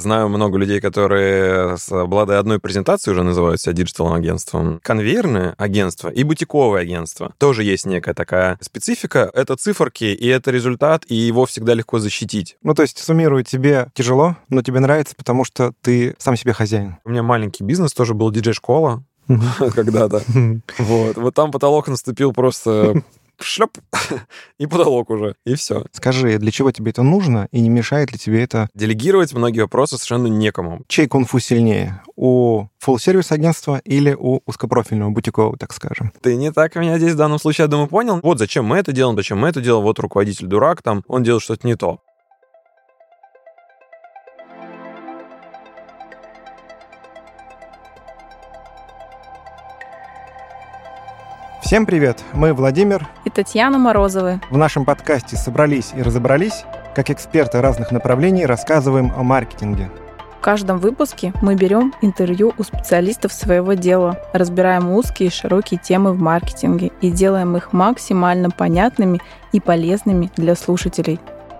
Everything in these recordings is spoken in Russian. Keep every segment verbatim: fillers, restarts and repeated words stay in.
Знаю много людей, которые, обладая одной презентацией, уже называют себя диджитал-агентством. Конвейерное агентство и бутиковое агентство. Тоже есть некая такая специфика. Это циферки, и это результат, и его всегда легко защитить. Ну, то есть, суммируя, тебе тяжело, но тебе нравится, потому что ты сам себе хозяин. У меня маленький бизнес, тоже был диджей-школа когда-то. Вот. Вот там потолок наступил просто... шлеп, и потолок уже, и все. Скажи, для чего тебе это нужно, и не мешает ли тебе это... Делегировать многие вопросы совершенно некому. Чей кунг-фу сильнее? У фулл-сервис агентства или у узкопрофильного, бутикового, так скажем? Ты не так меня здесь в данном случае, я думаю, понял. Вот зачем мы это делаем, зачем мы это делаем. Вот руководитель дурак, там, он делает что-то не то. Всем привет! Мы Владимир и Татьяна Морозовы. В нашем подкасте «Собрались и разобрались», как эксперты разных направлений, рассказываем о маркетинге. В каждом выпуске мы берем интервью у специалистов своего дела, разбираем узкие и широкие темы в маркетинге и делаем их максимально понятными и полезными для слушателей.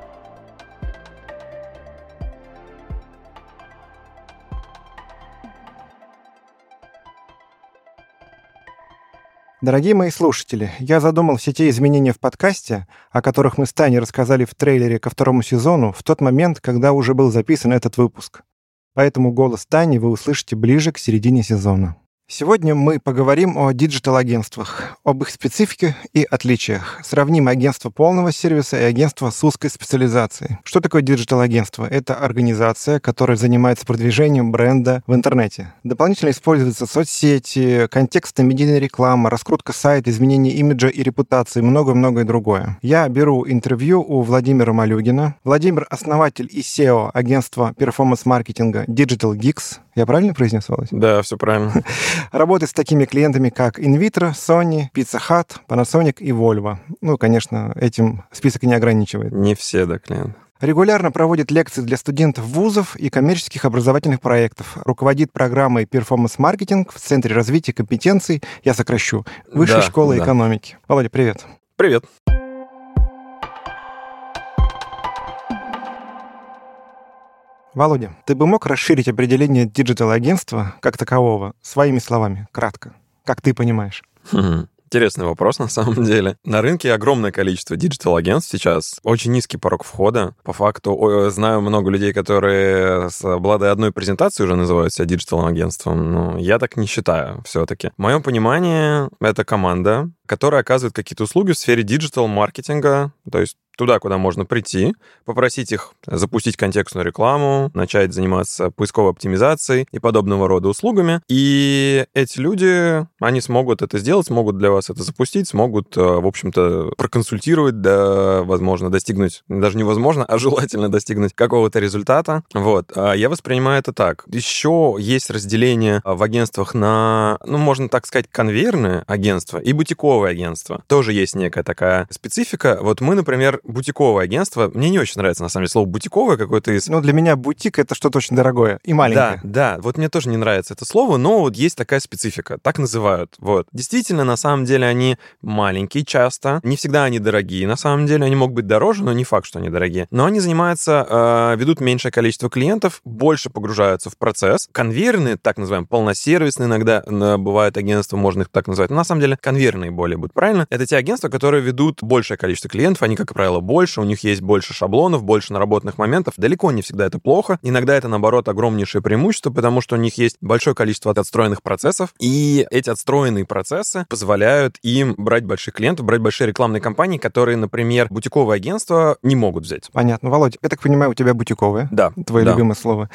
Дорогие мои слушатели, я задумал все те изменения в подкасте, о которых мы с Таней рассказали в трейлере ко второму сезону, в тот момент, когда уже был записан этот выпуск. Поэтому голос Тани вы услышите ближе к середине сезона. Сегодня мы поговорим о диджитал-агентствах, об их специфике и отличиях. Сравним агентство полного сервиса и агентство с узкой специализацией. Что такое диджитал-агентство? Это организация, которая занимается продвижением бренда в интернете. Дополнительно используются соцсети, контекстная медийная реклама, раскрутка сайта, изменение имиджа и репутации, много-многое другое. Я беру интервью у Владимира Малюгина. Владимир — основатель и сео агентства перформанс-маркетинга Digital Geeks. Я правильно произнес, Володь? Да, все правильно. Работает с такими клиентами, как Invitro, Sony, Pizza Hut, Panasonic и Volvo. Ну, конечно, этим список не ограничивает. Не все, да, клиенты. Регулярно проводит лекции для студентов вузов и коммерческих образовательных проектов. Руководит программой перформанс-маркетинг в Центре развития компетенций, я сокращу, Высшей да, школы да. экономики. Володя, привет. Привет. Володя, ты бы мог расширить определение диджитал-агентства как такового своими словами, кратко, как ты понимаешь? Хм. Интересный вопрос, на самом деле. На рынке огромное количество диджитал-агентств сейчас. Очень низкий порог входа. По факту, ой, знаю много людей, которые, обладая одной презентацией, уже называют себя диджитал-агентством. Но я так не считаю все-таки. В моем понимании, это команда, которая оказывает какие-то услуги в сфере диджитал-маркетинга, то есть туда, куда можно прийти, попросить их запустить контекстную рекламу, начать заниматься поисковой оптимизацией и подобного рода услугами. И эти люди, они смогут это сделать, смогут для вас это запустить, смогут, в общем-то, проконсультировать, да, возможно, достигнуть, даже невозможно, а желательно достигнуть какого-то результата. Вот. Я воспринимаю это так. Еще есть разделение в агентствах на, ну, можно так сказать, конвейерное агентство и бутиковое агентство. Тоже есть некая такая специфика. Вот мы, например, бутиковое агентство. Мне не очень нравится, на самом деле, слово бутиковое какое-то из... Ну, для меня бутик — это что-то очень дорогое и маленькое. Да, да. Вот мне тоже не нравится это слово, но вот есть такая специфика. Так называют. Вот. Действительно, на самом деле, они маленькие часто. Не всегда они дорогие, на самом деле. Они могут быть дороже, но не факт, что они дорогие. Но они занимаются, э, ведут меньшее количество клиентов, больше погружаются в процесс. Конвейерные, так называемые, полносервисные иногда бывают агентства, можно их так назвать. Но на самом деле, конвейерные более будут правильно. Это те агентства, которые ведут большее количество клиентов. Они, как правило, больше, у них есть больше шаблонов, больше наработанных моментов. Далеко не всегда это плохо. Иногда это, наоборот, огромнейшее преимущество, потому что у них есть большое количество отстроенных процессов, и эти отстроенные процессы позволяют им брать больших клиентов, брать большие рекламные кампании, которые, например, бутиковые агентства не могут взять. Понятно. Володя, я так понимаю, у тебя бутиковое. Да. Твое да. любимое слово.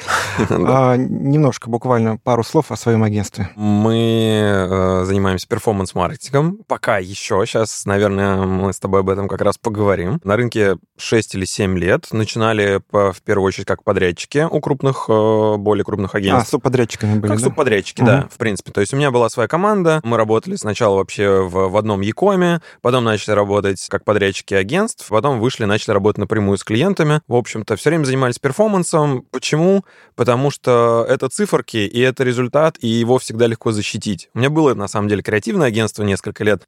а, немножко, буквально пару слов о своем агентстве. Мы э, занимаемся перформанс-маркетингом. Пока еще. Сейчас, наверное, мы с тобой об этом как раз поговорим. На рынке шесть или семь лет. Начинали, по, в первую очередь, как подрядчики у крупных, более крупных агентств. А, субподрядчиками были, Как да? субподрядчики, угу. да, в принципе. То есть у меня была своя команда, мы работали сначала вообще в, в одном Якоме, потом начали работать как подрядчики агентств, потом вышли, начали работать напрямую с клиентами. В общем-то, все время занимались перформансом. Почему? Потому что это циферки, и это результат, и его всегда легко защитить. У меня было, на самом деле, креативное агентство несколько лет,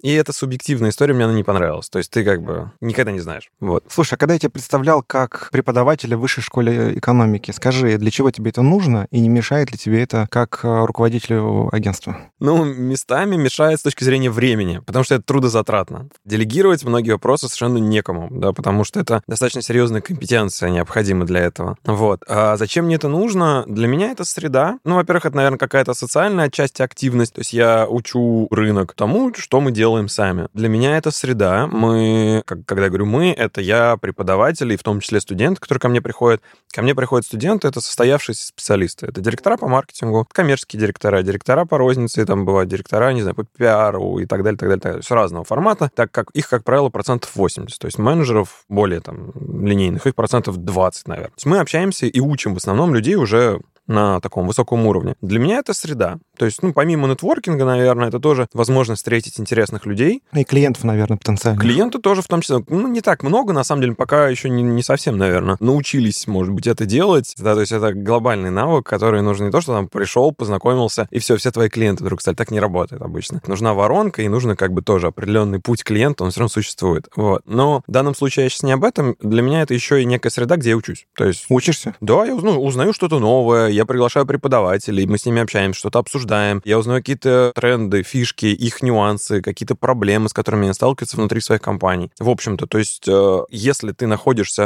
И эта субъективная история мне она не понравилась. То есть ты как бы никогда не знаешь. Вот. Слушай, а когда я тебя представлял как преподавателя в высшей школе экономики, скажи, для чего тебе это нужно и не мешает ли тебе это как руководителю агентства? Ну, местами мешает с точки зрения времени, потому что это трудозатратно. Делегировать многие вопросы совершенно некому, да, потому что это достаточно серьезная компетенция необходима для этого. Вот. А зачем мне это нужно? Для меня это среда. Ну, во-первых, это, наверное, какая-то социальная отчасти активность. То есть я учу рынок тому, что мы делаем сами. Для меня это среда. Мы, как, когда я говорю «мы», это я, преподаватель, и в том числе студент, который ко мне приходит. Ко мне приходят студенты, это состоявшиеся специалисты. Это директора по маркетингу, коммерческие директора, директора по рознице, там бывают директора, не знаю, по пиару и так далее, так далее, так далее. Все разного формата, так как их, как правило, процентов восемьдесят. То есть менеджеров более там линейных, их процентов двадцать, наверное. То есть мы общаемся и учим в основном людей уже на таком высоком уровне. Для меня это среда. То есть, ну, помимо нетворкинга, наверное, это тоже возможность встретить интересных людей. И клиентов, наверное, потенциально. Клиенты тоже в том числе. Ну, не так много, на самом деле, пока еще не, не совсем, наверное. Научились, может быть, это делать. Да, то есть это глобальный навык, который нужен не то, что там пришел, познакомился, и все, все твои клиенты вдруг стали. Так не работает обычно. Нужна воронка, и нужно как бы тоже определенный путь клиента, он все равно существует. Вот. Но в данном случае я сейчас не об этом. Для меня это еще и некая среда, где я учусь. То есть... Учишься? Да, я узнаю, узнаю что-то новое, я приглашаю преподавателей, мы с ними общаемся, что-то обсуждаем. Я узнаю какие-то тренды, фишки, их нюансы, какие-то проблемы, с которыми они сталкиваются внутри своих компаний. В общем-то, то есть, если ты находишься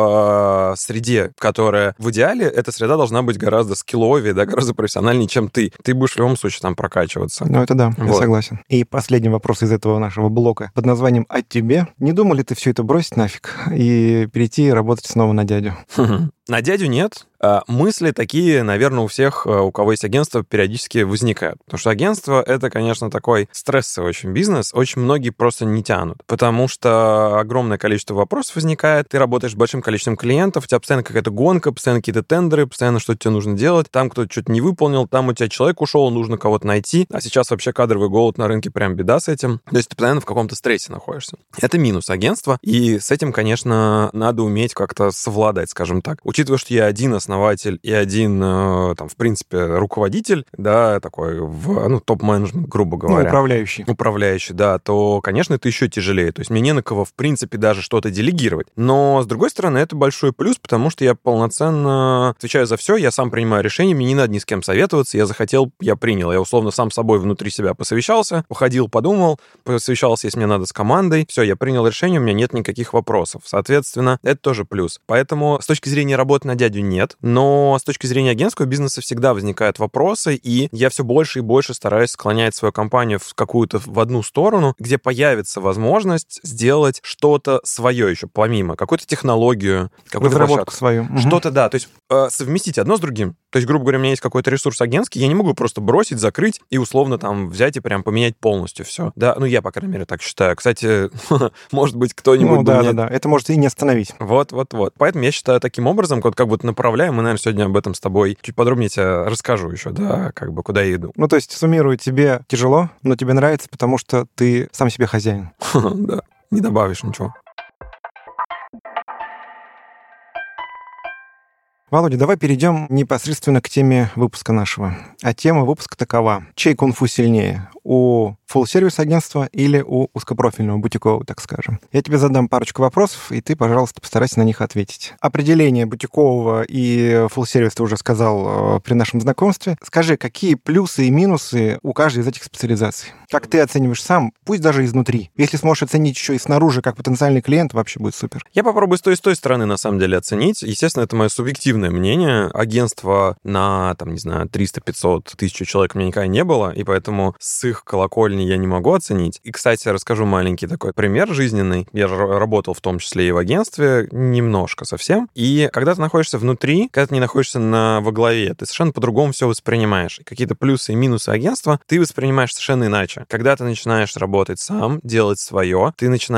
в среде, которая в идеале, эта среда должна быть гораздо скилловее, да, гораздо профессиональнее, чем ты. Ты будешь в любом случае там прокачиваться. Ну, это да, вот. Я согласен. И последний вопрос из этого нашего блока под названием «О тебе». Не думал ли ты все это бросить нафиг и перейти работать снова на дядю? На дядю нет. Мысли такие, наверное, у всех, у кого есть агентство, периодически возникают. Потому что агентство — это, конечно, такой стрессовый очень бизнес. Очень многие просто не тянут. Потому что огромное количество вопросов возникает. Ты работаешь с большим количеством клиентов, у тебя постоянно какая-то гонка, постоянно какие-то тендеры, постоянно что-то тебе нужно делать. Там кто-то что-то не выполнил, там у тебя человек ушел, нужно кого-то найти. А сейчас вообще кадровый голод на рынке, прям беда с этим. То есть ты постоянно в каком-то стрессе находишься. Это минус агентства. И с этим, конечно, надо уметь как-то совладать, скажем так. Учитывая, что я один основатель и один, там, в принципе, руководитель, да, такой, в, ну, топ-менеджмент, грубо говоря. Ну, управляющий. Управляющий, да, то, конечно, это еще тяжелее. То есть мне не на кого, в принципе, даже что-то делегировать. Но, с другой стороны, это большой плюс, потому что я полноценно отвечаю за все, я сам принимаю решения, мне не надо ни с кем советоваться, я захотел, я принял. Я, условно, сам с собой внутри себя посовещался, походил, подумал, посовещался, если мне надо, с командой. Все, я принял решение, у меня нет никаких вопросов. Соответственно, это тоже плюс. Поэтому с точки зрения работы на дядю нет, но с точки зрения агентского бизнеса всегда возникают вопросы, и я все больше и больше стараюсь склонять свою компанию в какую-то в одну сторону, где появится возможность сделать что-то свое еще, помимо, какую-то технологию, какую-то разработку свою. Что-то, да, то есть э, совместить одно с другим. То есть, грубо говоря, у меня есть какой-то ресурс агентский, я не могу просто бросить, закрыть и условно там взять и прям поменять полностью все. Да, ну я, по крайней мере, так считаю. Кстати, может быть, кто-нибудь... Ну да, да, да, это может и не остановить. Вот, вот, вот. Поэтому я считаю таким образом, вот как будто направляем, мы, наверное, сегодня об этом с тобой чуть подробнее тебе расскажу еще, да, как бы куда я иду. Ну, то есть, суммирую, тебе тяжело, но тебе нравится, потому что ты сам себе хозяин. Да, не добавишь ничего. Володя, давай перейдем непосредственно к теме выпуска нашего. А тема выпуска такова. Чей кунг-фу сильнее? У фулл-сервис агентства или у узкопрофильного, бутикового, так скажем? Я тебе задам парочку вопросов, и ты, пожалуйста, постарайся на них ответить. Определение бутикового и фулл-сервис ты уже сказал при нашем знакомстве. Скажи, какие плюсы и минусы у каждой из этих специализаций? Как ты оцениваешь сам, пусть даже изнутри? Если сможешь оценить еще и снаружи, как потенциальный клиент, вообще будет супер. Я попробую с той и с той стороны, на самом деле, оценить. Естественно, это мое субъективное мнение. Агентство на, там, не знаю, триста-пятьсот тысяч человек у меня никогда не было, и поэтому с их колокольни я не могу оценить. И, кстати, расскажу маленький такой пример жизненный. Я же работал в том числе и в агентстве, немножко совсем. И когда ты находишься внутри, когда ты не находишься на, во главе, ты совершенно по-другому все воспринимаешь. И какие-то плюсы и минусы агентства ты воспринимаешь совершенно иначе. Когда ты начинаешь работать сам, делать свое, ты начинаешь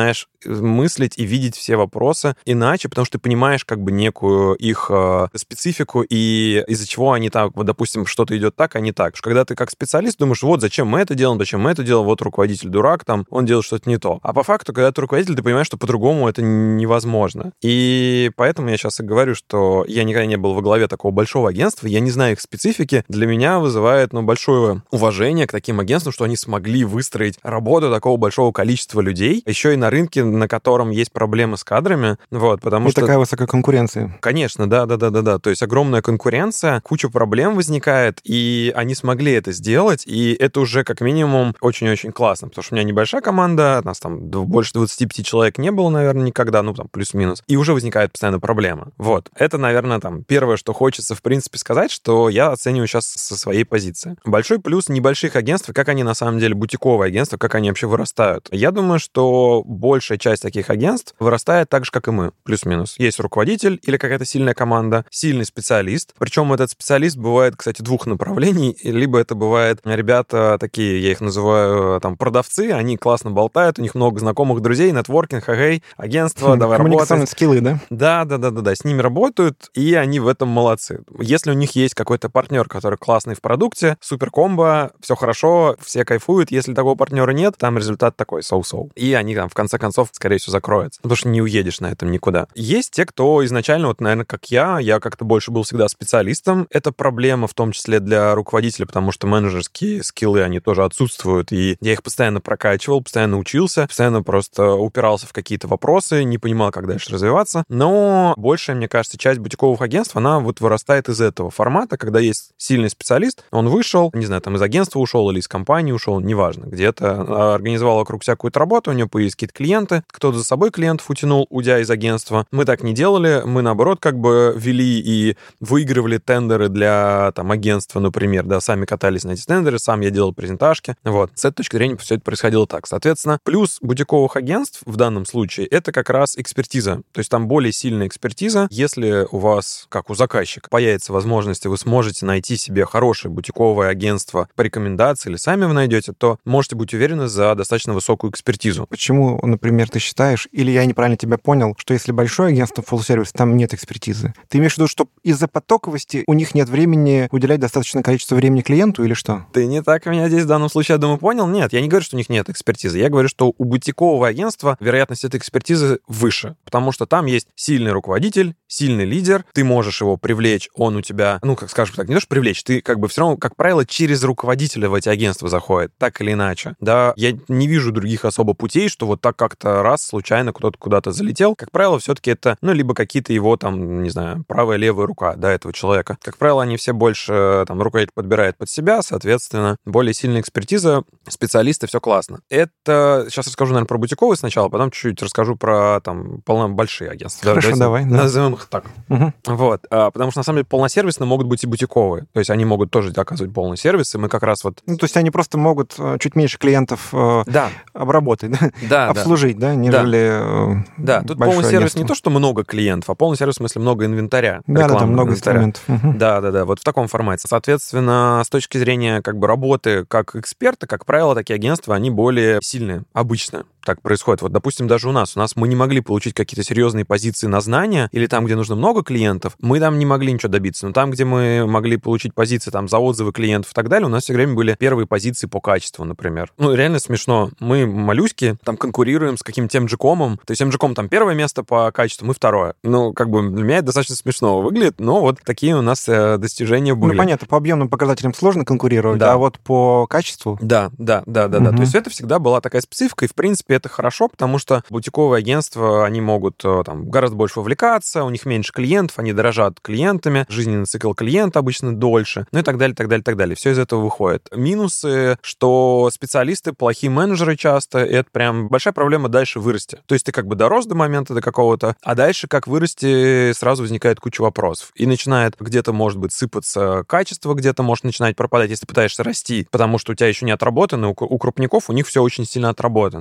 мыслить и видеть все вопросы иначе, потому что ты понимаешь как бы некую их э, специфику и из-за чего они так, вот, допустим, что-то идет так, а не так. Когда ты как специалист думаешь, вот зачем мы это делаем, зачем мы это делаем, вот руководитель дурак, там, он делает что-то не то. А по факту, когда ты руководитель, ты понимаешь, что по-другому это невозможно. И поэтому я сейчас и говорю, что я никогда не был во главе такого большого агентства, я не знаю их специфики. Для меня вызывает, ну, большое уважение к таким агентствам, что они смогли выстроить работу такого большого количества людей, еще и на рынке, на котором есть проблемы с кадрами, вот, потому и что... такая высокая конкуренция. Конечно, да-да-да-да-да. То есть огромная конкуренция, куча проблем возникает, и они смогли это сделать, и это уже как минимум очень-очень классно, потому что у меня небольшая команда, нас там больше двадцати пяти человек не было, наверное, никогда, ну, там, плюс-минус, и уже возникает постоянно проблема. Вот. Это, наверное, там, первое, что хочется, в принципе, сказать, что я оцениваю сейчас со своей позиции. Большой плюс небольших агентств, как они, на самом деле, бутиковые агентства, как они вообще вырастают. Я думаю, что большая часть таких агентств вырастает так же, как и мы, плюс-минус. Есть руководитель или какая-то сильная команда, сильный специалист. Причем этот специалист бывает, кстати, двух направлений. Либо это бывает ребята такие, я их называю там продавцы, они классно болтают, у них много знакомых друзей, нетворкинг, хэгэй, агентство, давай работать. Коммуникационные скиллы, да? Да, да, да, да, да. С ними работают, и они в этом молодцы. Если у них есть какой-то партнер, который классный в продукте, супер комбо, все хорошо, все кайфуют. Если такого партнера нет, там результат такой, соу-соу. И они там в конце концов, скорее всего, закроются. Потому что не уедешь на этом никуда. Есть те, кто изначально, вот, наверное, как я, я как-то больше был всегда специалистом. Это проблема в том числе для руководителя, потому что менеджерские скиллы, они тоже отсутствуют, и я их постоянно прокачивал, постоянно учился, постоянно просто упирался в какие-то вопросы, не понимал, как дальше развиваться. Но большая, мне кажется, часть бутиковых агентств, она вот вырастает из этого формата, когда есть сильный специалист, он вышел, не знаю, там из агентства ушел или из компании ушел, неважно, где-то организовал вокруг себя какую-то работу, у него появились какие-то клиенты, кто-то за собой клиентов утянул, уйдя из агентства. Мы так не делали, мы, наоборот, как бы вели и выигрывали тендеры для там агентства, например, да, сами катались на эти тендеры, сам я делал презентажки. Вот. С этой точки зрения все это происходило так. Соответственно, плюс бутиковых агентств в данном случае это как раз экспертиза. То есть там более сильная экспертиза. Если у вас, как у заказчика, появится возможность, и вы сможете найти себе хорошее бутиковое агентство по рекомендации или сами вы найдете, то можете быть уверены за достаточно высокую экспертизу. Почему, например, ты считаешь, или я неправильно тебя понял, что если большое агентство full-сервис, там нет экспертизы? Ты имеешь в виду, что из-за потоковости у них нет времени уделять достаточное количество времени клиенту или что? Ты не так меня здесь в данном случае, я думаю, понял. Нет, я не говорю, что у них нет экспертизы. Я говорю, что у бутикового агентства вероятность этой экспертизы выше, потому что там есть сильный руководитель, сильный лидер, ты можешь его привлечь, он у тебя, ну, как скажем так, не то, что привлечь, ты как бы все равно, как правило, через руководителя в эти агентства заходит, так или иначе. Да, я не вижу других особо путей, что вот так как-то раз случайно кто-то куда-то залетел. Как правило, все-таки это, ну, либо какие-то его там, не знаю, правая, левая рука, да, этого человека. Как правило, они все больше, там, руководитель подбирает под себя, соответственно, более сильная экспертиза, специалисты, все классно. Это, сейчас расскажу, наверное, про бутиковые сначала, потом чуть-чуть расскажу про, там, полно большие агентства. Хорошо, да, давай. Да. Назовем их так. Угу. Вот. А, потому что, на самом деле, полносервисные могут быть и бутиковые. То есть они могут тоже оказывать полный сервис, и мы как раз вот... Ну, то есть они просто могут чуть меньше клиентов э, да. обработать, да? Да, обслужить, да, да нежели Да, тут полный сервис агентство. Не то, что много клиентов, а полный сервис, в смысле, много инвентаря. Да, да, там много инвентаря. инструментов. Угу. Да, да, да, вот в таком формате. Соответственно, с точки зрения как бы работы как эксперта, как правило, такие агентства, они более сильные, обычно. Так происходит. Вот, допустим, даже у нас. У нас мы не могли получить какие-то серьезные позиции на знания, или там, где нужно много клиентов, мы там не могли ничего добиться. Но там, где мы могли получить позиции там за отзывы клиентов и так далее, у нас все время были первые позиции по качеству, например. Ну, реально смешно. Мы, моллюски, там конкурируем с каким-то тем джекомом. То есть эм джеком там первое место по качеству, мы второе. Ну, как бы для меня это достаточно смешно выглядит, но вот такие у нас э, достижения были. Ну, понятно, по объемным показателям сложно конкурировать, да. а вот по качеству... Да, да, да, да, угу. да. То есть это всегда была такая специфика, и, в принципе, это хорошо, потому что бутиковые агентства, они могут там гораздо больше вовлекаться, у них меньше клиентов, они дорожат клиентами, жизненный цикл клиента обычно дольше, ну и так далее, так далее, так далее. Все из этого выходит. Минусы, что специалисты, плохие менеджеры часто, и это прям большая проблема дальше вырасти. То есть ты как бы дорос до момента, до какого-то, а дальше как вырасти, сразу возникает куча вопросов. И начинает где-то, может быть, сыпаться качество, где-то может начинать пропадать, если ты пытаешься расти, потому что у тебя еще не отработано, у крупников у них все очень сильно отработано. И в этом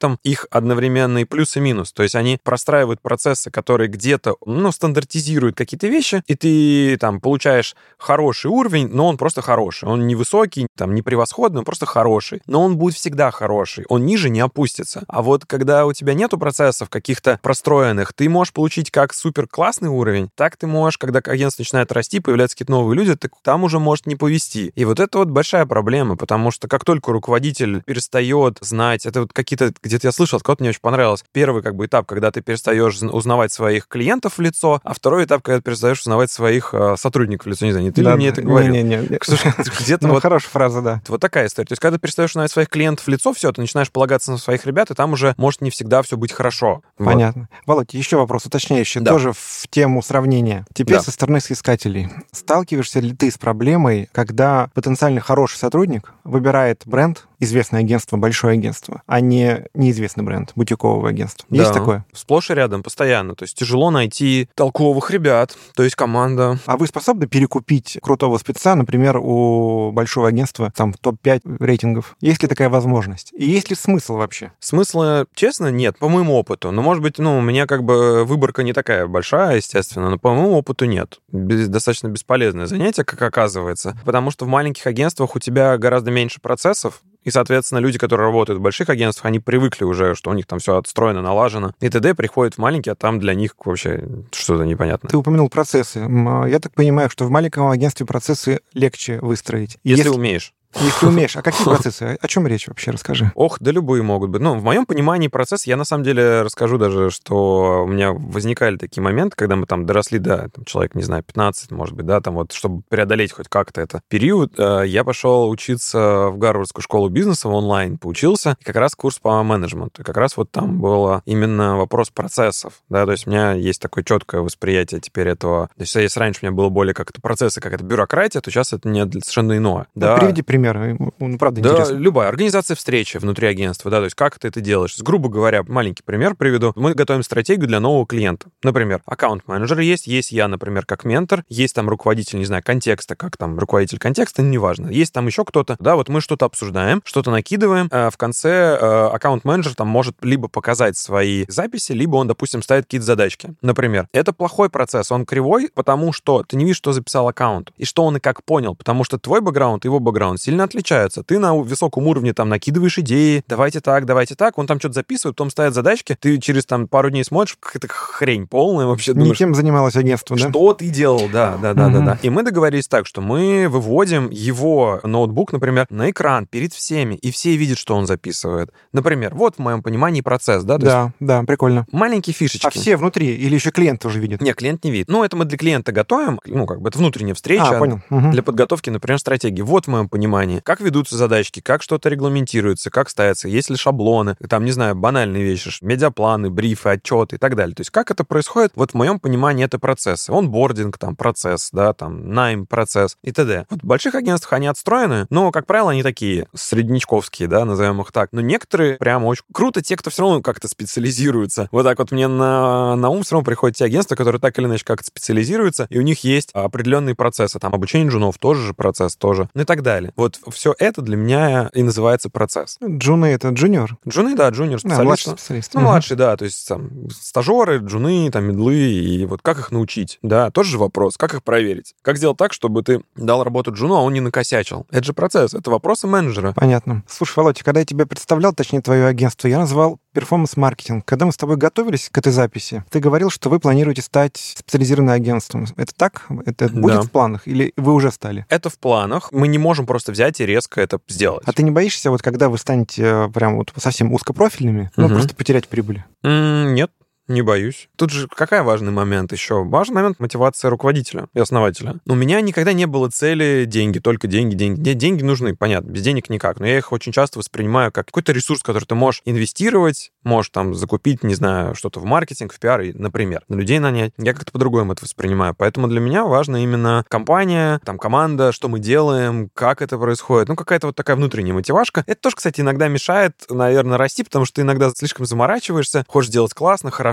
этом их одновременный плюс и минус. То есть они простраивают процессы, которые где-то, ну, стандартизируют какие-то вещи, и ты там получаешь хороший уровень, но он просто хороший. Он не высокий, там, не превосходный, он просто хороший. Но он будет всегда хороший. Он ниже не опустится. А вот когда у тебя нету процессов каких-то простроенных, ты можешь получить как супер классный уровень, так ты можешь, когда агентство начинает расти, появляются какие-то новые люди, так там уже может не повезти. И вот это вот большая проблема, потому что как только руководитель перестает знать, это вот какие-то, где-то я слышал, от кого-то мне очень понравилось, первый как бы этап, когда ты перестаешь узнавать своих клиентов в лицо, а второй этап, когда ты перестаешь узнавать своих э, сотрудников в лицо. Не знаю, не ты да, ли мне это говорил? Не-не-не. Где-то ну, вот... хорошая фраза, да. Вот такая история. То есть, когда ты перестаешь узнавать своих клиентов в лицо, все, ты начинаешь полагаться на своих ребят, и там уже может не всегда все быть хорошо. Понятно. Вот. Володь, еще вопрос уточняющий, да. тоже в тему сравнения. Теперь да. со стороны соискателей. Сталкиваешься ли ты с проблемой, когда потенциально хороший сотрудник выбирает бренд, известное агентство, большое агентство, а не неизвестный бренд, бутиковое агентство? Да. Есть такое? Сплошь и рядом, постоянно. То есть тяжело найти толковых ребят, то есть команда. А вы способны перекупить крутого спеца, например, у большого агентства, там, топ пять рейтингов? Есть ли такая возможность? И есть ли смысл вообще? Смысла, честно, нет, по моему опыту. Но, может быть, ну, у меня как бы выборка не такая большая, естественно, но по моему опыту нет. Без, достаточно бесполезное занятие, как оказывается. Потому что в маленьких агентствах у тебя гораздо меньше процессов, и, соответственно, люди, которые работают в больших агентствах, они привыкли уже, что у них там все отстроено, налажено. И т.д. приходят в маленькие, а там для них вообще что-то непонятное. Ты упомянул процессы. Я так понимаю, что в маленьком агентстве процессы легче выстроить. Если, Если... умеешь. Если умеешь. А какие процессы? О чем речь вообще? Расскажи. Ох, да любые могут быть. Ну, в моем понимании процесс, я на самом деле расскажу даже, что у меня возникали такие моменты, когда мы там доросли до, там, человек, не знаю, пятнадцать, может быть, да, там вот, чтобы преодолеть хоть как-то этот период, я пошел учиться в Гарвардскую школу бизнеса онлайн, поучился, и как раз курс по менеджменту. И как раз вот там был именно вопрос процессов, да, то есть у меня есть такое четкое восприятие теперь этого. То есть если раньше у меня было более как это процессы, как это бюрократия, то сейчас это не совершенно иное. Ну, да. Приведи пример. Ну, правда, да, интересно. Любая организация встречи внутри агентства, да, то есть как ты это делаешь. Грубо говоря, маленький пример приведу. Мы готовим стратегию для нового клиента. Например, аккаунт-менеджер есть, есть я, например, как ментор, есть там руководитель, не знаю, контекста, как там руководитель контекста, неважно. Есть там еще кто-то, да, вот мы что-то обсуждаем, что-то накидываем, а в конце э, аккаунт-менеджер там может либо показать свои записи, либо он, допустим, ставит какие-то задачки. Например, это плохой процесс, он кривой, потому что ты не видишь, что записал аккаунт, и что он и как понял, потому что твой бэкграунд и его бэкграунд сильно отличаются. Ты на высоком уровне там накидываешь идеи, давайте так, давайте так, он там что-то записывает, потом ставит задачки, ты через там пару дней смотришь, какая-то хрень полная вообще. Не тем занималось агентство, да? Что ты делал, да, да, да, да, да. И мы договорились так, что мы выводим его ноутбук, например, на экран перед всеми, и все видят, что он записывает. Например, вот в моем понимании процесс, да? Да, да, прикольно. Маленькие фишечки. А все внутри или еще клиент тоже видит? Нет, клиент не видит. Ну, это мы для клиента готовим, ну, как бы это внутренняя встреча. А, понял. Для подготовки, например, стратегии. Вот в моем понимании. Как ведутся задачки, как что-то регламентируется, как ставится, есть ли шаблоны, там, не знаю, банальные вещи, медиапланы, брифы, отчеты и так далее. То есть как это происходит? Вот в моем понимании это процессы. Онбординг, там, процесс, да, там, найм, процесс и т.д. Вот в больших агентствах они отстроены, но, как правило, они такие среднячковские, да, назовем их так. Но некоторые прямо очень круто, те, кто все равно как-то специализируется. Вот так вот мне на, на ум все равно приходят те агентства, которые так или иначе как-то специализируются, и у них есть определенные процессы. Там обучение джунов тоже же процесс тоже, ну и так далее. Вот все это для меня и называется процесс. Джуны — это джуниор? Джуны, да, джуниор специалисты. А, младший специалист. Ну, угу. младший, да, то есть там стажеры, джуны, там, медлы, и вот как их научить, да, тоже же вопрос, как их проверить. Как сделать так, чтобы ты дал работу джуну, а он не накосячил. Это же процесс, это вопросы менеджера. Понятно. Слушай, Володя, когда я тебя представлял, точнее, твое агентство, я назвал перформанс-маркетинг. Когда мы с тобой готовились к этой записи, ты говорил, что вы планируете стать специализированным агентством. Это так? Это будет да. в планах? Или вы уже стали? Это в планах. Мы не можем просто взять и резко это сделать. А ты не боишься, вот когда вы станете прям вот совсем узкопрофильными, ну, угу. просто потерять прибыль? Mm, нет. Не боюсь. Тут же какой важный момент еще? Важный момент — мотивация руководителя и основателя. У меня никогда не было цели деньги, только деньги, деньги. Нет, деньги нужны, понятно, без денег никак. Но я их очень часто воспринимаю как какой-то ресурс, который ты можешь инвестировать, можешь там закупить, не знаю, что-то в маркетинг, в пиар, например, на людей нанять. Я как-то по-другому это воспринимаю. Поэтому для меня важна именно компания, там, команда, что мы делаем, как это происходит. Ну, какая-то вот такая внутренняя мотивашка. Это тоже, кстати, иногда мешает, наверное, расти, потому что ты иногда слишком заморачиваешься, хочешь делать классно, хорошо,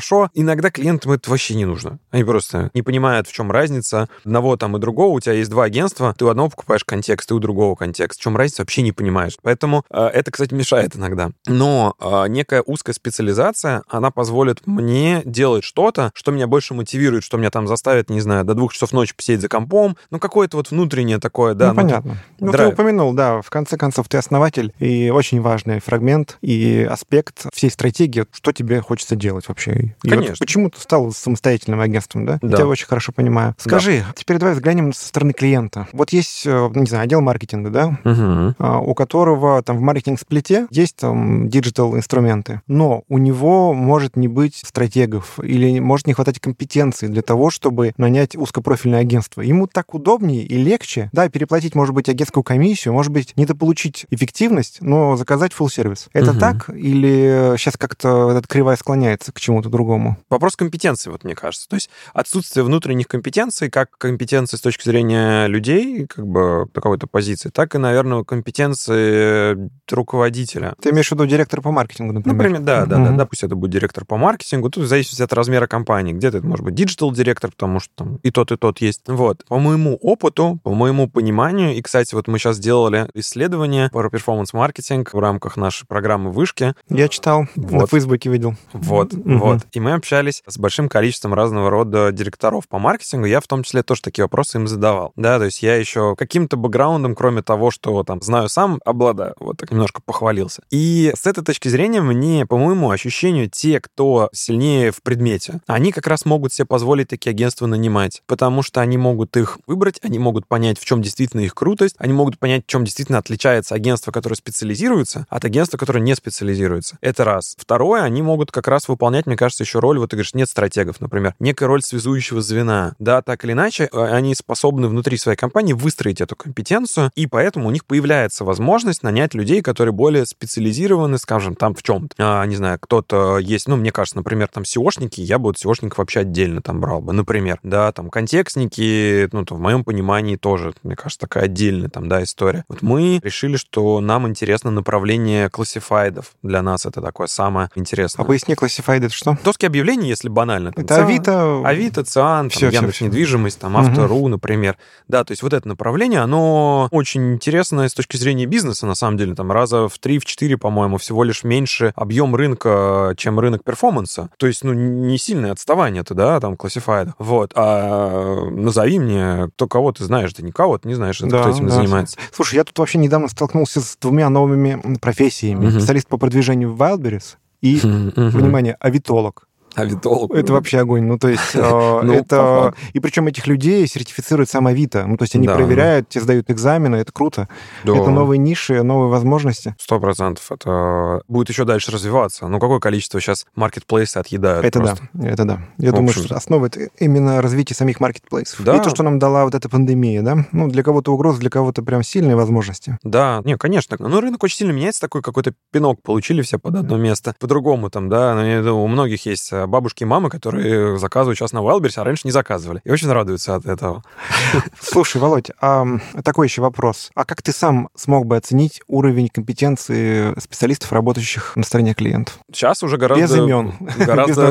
хорошо. Иногда клиентам это вообще не нужно. Они просто не понимают, в чем разница одного там и другого. У тебя есть два агентства, ты у одного покупаешь контекст, ты у другого контекст. В чем разница, вообще не понимаешь. Поэтому э, это, кстати, мешает иногда. Но э, некая узкая специализация, она позволит мне делать что-то, что меня больше мотивирует, что меня там заставит, не знаю, до двух часов ночи посидеть за компом. Ну, какое-то вот внутреннее такое, да. Ну, понятно. Ну, драйв. Ты упомянул, да, в конце концов, ты основатель, и очень важный фрагмент и аспект всей стратегии, что тебе хочется делать вообще. И Конечно. Вот почему ты стал самостоятельным агентством, да? Да. Я тебя очень хорошо понимаю. Скажи, да. Теперь давай взглянем со стороны клиента. Вот есть, не знаю, отдел маркетинга, да, угу. у которого там в маркетинг-сплите есть там диджитал-инструменты, но у него может не быть стратегов или может не хватать компетенции для того, чтобы нанять узкопрофильное агентство. Ему так удобнее и легче, да, переплатить, может быть, агентскую комиссию, может быть, недополучить эффективность, но заказать фулл-сервис. Это угу. так? Или сейчас как-то эта кривая склоняется к чему-то другому? Вопрос компетенции, вот мне кажется. То есть отсутствие внутренних компетенций, как компетенции с точки зрения людей, как бы какой-то позиции, так и, наверное, компетенции руководителя. Ты имеешь в виду директора по маркетингу, например? Например, да, да, угу. да, да, пусть это будет директор по маркетингу, тут в зависимости от размера компании. Где-то это может быть диджитал-директор, потому что там и тот, и тот есть. Вот. По моему опыту, по моему пониманию, и, кстати, вот мы сейчас сделали исследование про перформанс-маркетинг в рамках нашей программы «Вышки». Я читал, вот. На Фейсбуке видел. Вот, угу. вот. И мы общались с большим количеством разного рода директоров по маркетингу. Я в том числе тоже такие вопросы им задавал. Да, то есть я еще каким-то бэкграундом, кроме того, что там знаю сам, обладаю. Вот так немножко похвалился. И с этой точки зрения мне, по моему ощущению, те, кто сильнее в предмете, они как раз могут себе позволить такие агентства нанимать, потому что они могут их выбрать, они могут понять, в чем действительно их крутость, они могут понять, в чем действительно отличается агентство, которое специализируется, от агентства, которое не специализируется. Это раз. Второе, они могут как раз выполнять, мне кажется, еще роль, вот ты говоришь, нет стратегов, например, некая роль связующего звена. Да, так или иначе, они способны внутри своей компании выстроить эту компетенцию, и поэтому у них появляется возможность нанять людей, которые более специализированы, скажем, там в чем-то. А, не знаю, кто-то есть, ну, мне кажется, например, там сеошники, я бы вот сеошников вообще отдельно там брал бы, например. Да, там контекстники, ну, в моем понимании тоже, мне кажется, такая отдельная там, да, история. Вот мы решили, что нам интересно направление классифайдов. Для нас это такое самое интересное. А поясни, классифайд это что? Доски объявлений, если банально. Там, это ЦИАН, Авито... Авито, ЦИАН, все, там, Яндекс недвижимость, там, Авто.ру, угу. например. Да, то есть вот это направление, оно очень интересное с точки зрения бизнеса, на самом деле. Там раза в три, в четыре, по-моему, всего лишь меньше объем рынка, чем рынок перформанса. То есть, ну, не сильное отставание-то, да, там, классифайда. Вот. А назови мне, кто кого ты знаешь, да никого ты не знаешь, да, кто этим да. занимается. Слушай, я тут вообще недавно столкнулся с двумя новыми профессиями. Угу. Специалист по продвижению в Wildberries и, угу. внимание, авитолог. Авитолог. Это вообще огонь. Ну, то есть, ну, это... И причем этих людей сертифицирует сам Авито. Ну, то есть, они да. проверяют, те сдают экзамены, это круто. Да. Это новые ниши, новые возможности. Сто процентов. Это будет еще дальше развиваться. Ну, какое количество сейчас маркетплейсы отъедают Это просто. да, это да. Я думаю, что основа — это именно развитие самих маркетплейсов. Да. И то, что нам дала вот эта пандемия, да? Ну, для кого-то угроза, для кого-то прям сильные возможности. Да, не, конечно. Ну, рынок очень сильно меняется, такой какой-то пинок получили все под одно место. По-другому там, да, ну, у многих есть бабушки и мамы, которые заказывают сейчас на Wildberries, а раньше не заказывали. И очень радуются от этого. Слушай, Володь, а такой еще вопрос. А как ты сам смог бы оценить уровень компетенции специалистов, работающих на стороне клиентов? Сейчас уже гораздо... Без имен, гораздо... без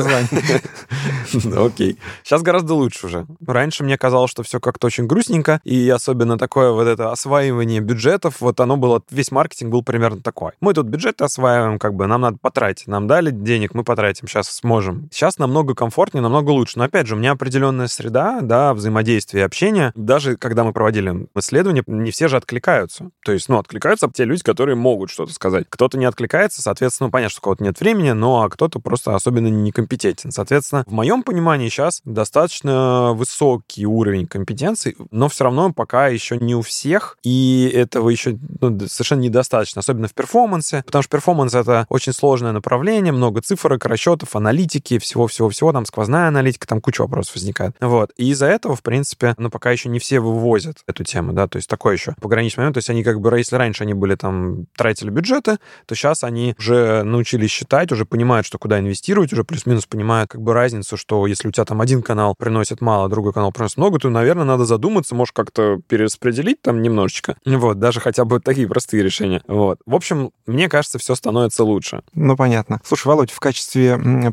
названий. Окей. Сейчас гораздо лучше уже. Раньше мне казалось, что все как-то очень грустненько, и особенно такое вот это осваивание бюджетов, вот оно было, весь маркетинг был примерно такой. Мы тут бюджеты осваиваем, как бы нам надо потратить. Нам дали денег, мы потратим, сейчас сможем. Сейчас намного комфортнее, намного лучше. Но опять же, у меня определенная среда, да, взаимодействия и общения. Даже когда мы проводили исследования, не все же откликаются. То есть, ну, откликаются те люди, которые могут что-то сказать. Кто-то не откликается, соответственно, понятно, что у кого-то нет времени, но а кто-то просто особенно некомпетентен. Соответственно, в моем понимании сейчас достаточно высокий уровень компетенций, но все равно пока еще не у всех, и этого еще ну, совершенно недостаточно, особенно в перформансе, потому что перформанс — это очень сложное направление, много цифрок, расчетов, аналитики, всего-всего-всего, там сквозная аналитика, там куча вопросов возникает. Вот. И из-за этого, в принципе, ну, пока еще не все вывозят эту тему, да, то есть такой еще пограничный момент, то есть они как бы, если раньше они были там, тратили бюджеты, то сейчас они уже научились считать, уже понимают, что куда инвестировать, уже плюс-минус понимают как бы разницу, что если у тебя там один канал приносит мало, другой канал приносит много, то, наверное, надо задуматься, может, как-то перераспределить там немножечко. Вот, даже хотя бы такие простые решения. Вот. В общем, мне кажется, все становится лучше. Ну, понятно. Слушай, Володь, в качестве предложения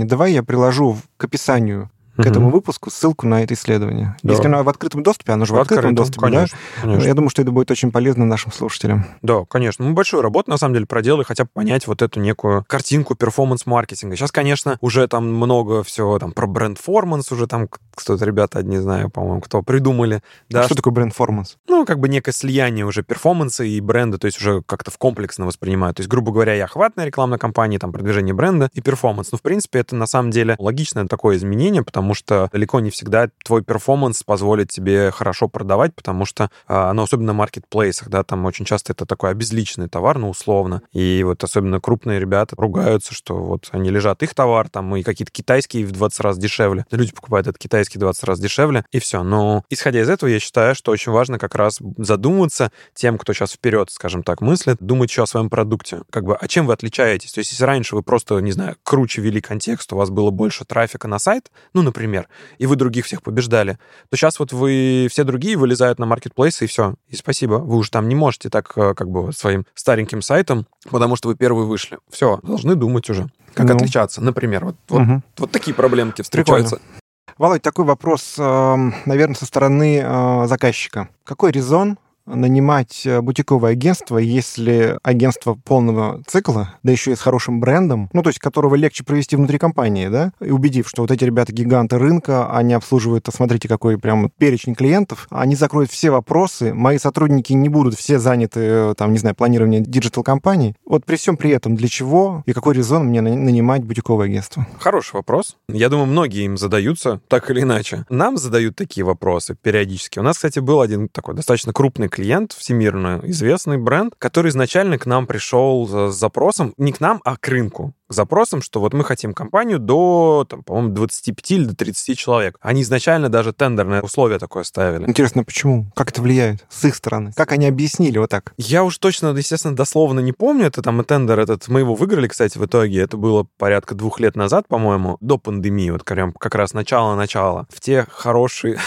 Давай я приложу к описанию к Мгм. этому выпуску ссылку на это исследование. Да. Если оно в открытом доступе, оно же в, В открытом открытом, доступе, конечно, да? конечно. Я думаю, что это будет очень полезно нашим слушателям. Да, конечно. Мы большую работу, на самом деле, проделали, хотя бы понять вот эту некую картинку перформанс-маркетинга. Сейчас, конечно, уже там много всего там про бренд-форманс, уже там кто-то, ребята, не знаю, по-моему, кто придумали. Да, А что такое бренд-форманс? Ну, как бы некое слияние уже перформанса и бренда, то есть уже как-то в комплексно воспринимают. То есть, грубо говоря, и охватная рекламная кампания, там, продвижение бренда и перформанс. Ну, в принципе, это на самом деле логичное такое изменение, потому что далеко не всегда твой перформанс позволит тебе хорошо продавать, потому что, а, ну, особенно на маркетплейсах, да, там очень часто это такой обезличенный товар, ну, условно. И вот особенно крупные ребята ругаются, что вот они лежат, их товар, там, и какие-то китайские в двадцать раз дешевле. Люди покупают этот китайский двадцать раз дешевле, и все. Но, исходя из этого, я считаю, что очень важно как раз задумываться тем, кто сейчас вперед, скажем так, мыслит, думать еще о своем продукте. Как бы, а чем вы отличаетесь? То есть, если раньше вы просто, не знаю, круче вели контекст, у вас было больше трафика на сайт, ну, например, и вы других всех побеждали, то сейчас вот вы, все другие вылезают на маркетплейсы, и все. И спасибо. Вы уже там не можете так, как бы, своим стареньким сайтом, потому что вы первые вышли. Все, должны думать уже. Как Ну. отличаться, например. Вот, вот, Мгм. вот такие проблемки встречаются. Володь, такой вопрос, наверное, со стороны э, заказчика. Какой резон нанимать э, бутиковое агентство, если агентство полного цикла, да еще и с хорошим брендом, ну, то есть которого легче провести внутри компании, да, и убедив, что вот эти ребята гиганты рынка, они обслуживают, а смотрите, какой прям перечень клиентов, они закроют все вопросы, мои сотрудники не будут все заняты, э, там, не знаю, планированием диджитал-компаний. Вот при всем при этом для чего и какой резон мне на- нанимать бутиковое агентство? Хороший вопрос. Я думаю, многие им задаются, так или иначе. Нам задают такие вопросы периодически. У нас, кстати, был один такой достаточно крупный клиент, всемирно известный бренд, который изначально к нам пришел с запросом, не к нам, а к рынку. К запросам, что вот мы хотим компанию до, там, по-моему, двадцати пяти или до тридцати человек. Они изначально даже тендерное условие такое ставили. Интересно, почему? Как это влияет с их стороны? Как они объяснили вот так? Я уж точно, естественно, дословно не помню. Это там и тендер этот, мы его выиграли, кстати, в итоге. Это было порядка двух лет назад, по-моему, до пандемии, вот прям как раз начало-начало. В те хорошие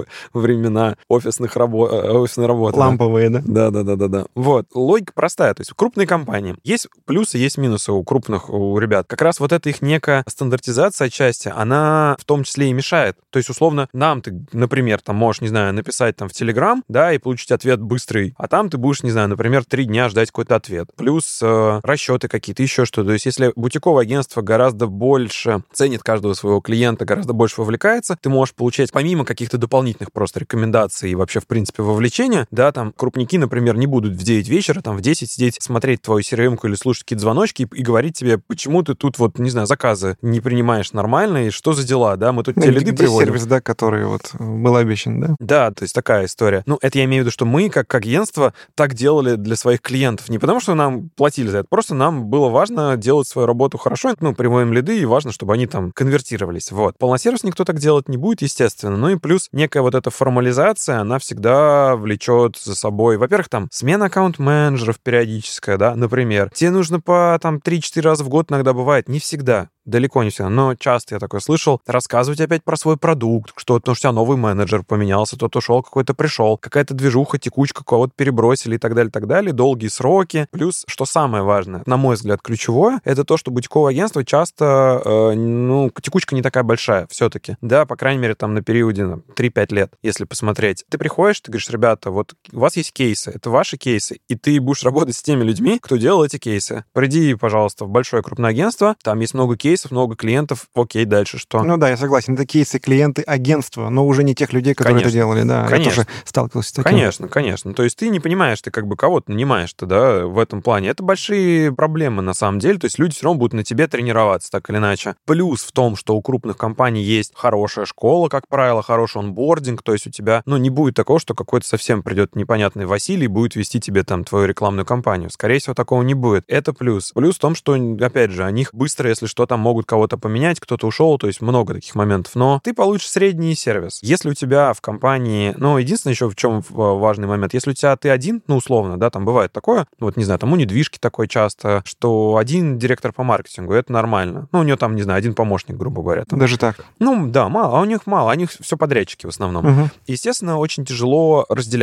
времена офисных рабо- офисной работы. да. Ламповые, да? Да-да-да-да-да. Вот. Логика простая. То есть крупные компании. Есть плюсы, есть минусы у крупных, у ребят. Как раз вот эта их некая стандартизация отчасти, она в том числе и мешает. То есть, условно, нам ты, например, там можешь, не знаю, написать там в Телеграм, да, и получить ответ быстрый, а там ты будешь, не знаю, например, три дня ждать какой-то ответ. Плюс э, расчеты какие-то, еще что-то. То есть, если бутиковое агентство гораздо больше ценит каждого своего клиента, гораздо больше вовлекается, ты можешь получать, помимо каких-то дополнительных просто рекомендаций и вообще, в принципе, вовлечения, да, там, крупники, например, не будут в девять вечера, там, в десять сидеть, смотреть твою си эр эм-ку или слушать какие-то звоночки и, и говорить тебе, почему ты тут вот, не знаю, заказы не принимаешь нормально, и что за дела, да, мы тут Ну, тебе где лиды приводим. сервис, да, который вот был обещан, да? Да, то есть такая история. Ну, это я имею в виду, что мы, как агентство, так делали для своих клиентов. Не потому, что нам платили за это, просто нам было важно делать свою работу хорошо, ну, приводим лиды, и важно, чтобы они там конвертировались. Вот. Полносервис никто так делать не будет, естественно. Ну и плюс некая вот эта формализация, она всегда влечет за собой, во-первых, там, смена аккаунт-менеджеров периодическая, да, например. Тебе нужно по, там, три-четыре раза в год иногда бывает, не всегда. Далеко не всегда, но часто я такое слышал. Рассказывать опять про свой продукт, что потому что у тебя новый менеджер поменялся, тот ушел, какой-то пришел, какая-то движуха, текучка, кого-то перебросили и так далее, так далее. Долгие сроки. Плюс, что самое важное, на мой взгляд, ключевое, это то, что бутиковое агентство часто, э, ну, текучка не такая большая все-таки. Да, по крайней мере, там на периоде ну, три-пять лет, если посмотреть. Ты приходишь, ты говоришь, ребята, вот у вас есть кейсы, это ваши кейсы, и ты будешь работать с теми людьми, кто делал эти кейсы. Приди, пожалуйста, в большое крупное агентство, там есть много кейсов, много клиентов, окей, дальше что? Ну да, я согласен. Это кейсы клиенты агентства, но уже не тех людей, которые Конечно. это делали, да. Конечно. Я тоже сталкивался с таким. Конечно, конечно. То есть ты не понимаешь, ты как бы кого-то нанимаешь-то, да, в этом плане. Это большие проблемы на самом деле. То есть люди все равно будут на тебе тренироваться, так или иначе. Плюс в том, что у крупных компаний есть хорошая школа, как правило, хороший онбординг. То есть у тебя, ну, не будет такого, что какой-то совсем придет непонятный Василий и будет вести тебе там твою рекламную кампанию. Скорее всего, такого не будет. Это плюс. Плюс в том, что, опять же, они быстро, если что, там могут кого-то поменять, кто-то ушел, то есть много таких моментов. Но ты получишь средний сервис. Если у тебя в компании, ну, единственное еще в чем важный момент, если у тебя ты один, ну, условно, да, там бывает такое, вот, не знаю, там у недвижки такое часто, что один директор по маркетингу, это нормально. Ну, у него там, не знаю, один помощник, грубо говоря. Там. Даже так? Ну, да, мало, а у них мало, у них все подрядчики в основном. Угу. Естественно, очень тяжело разделять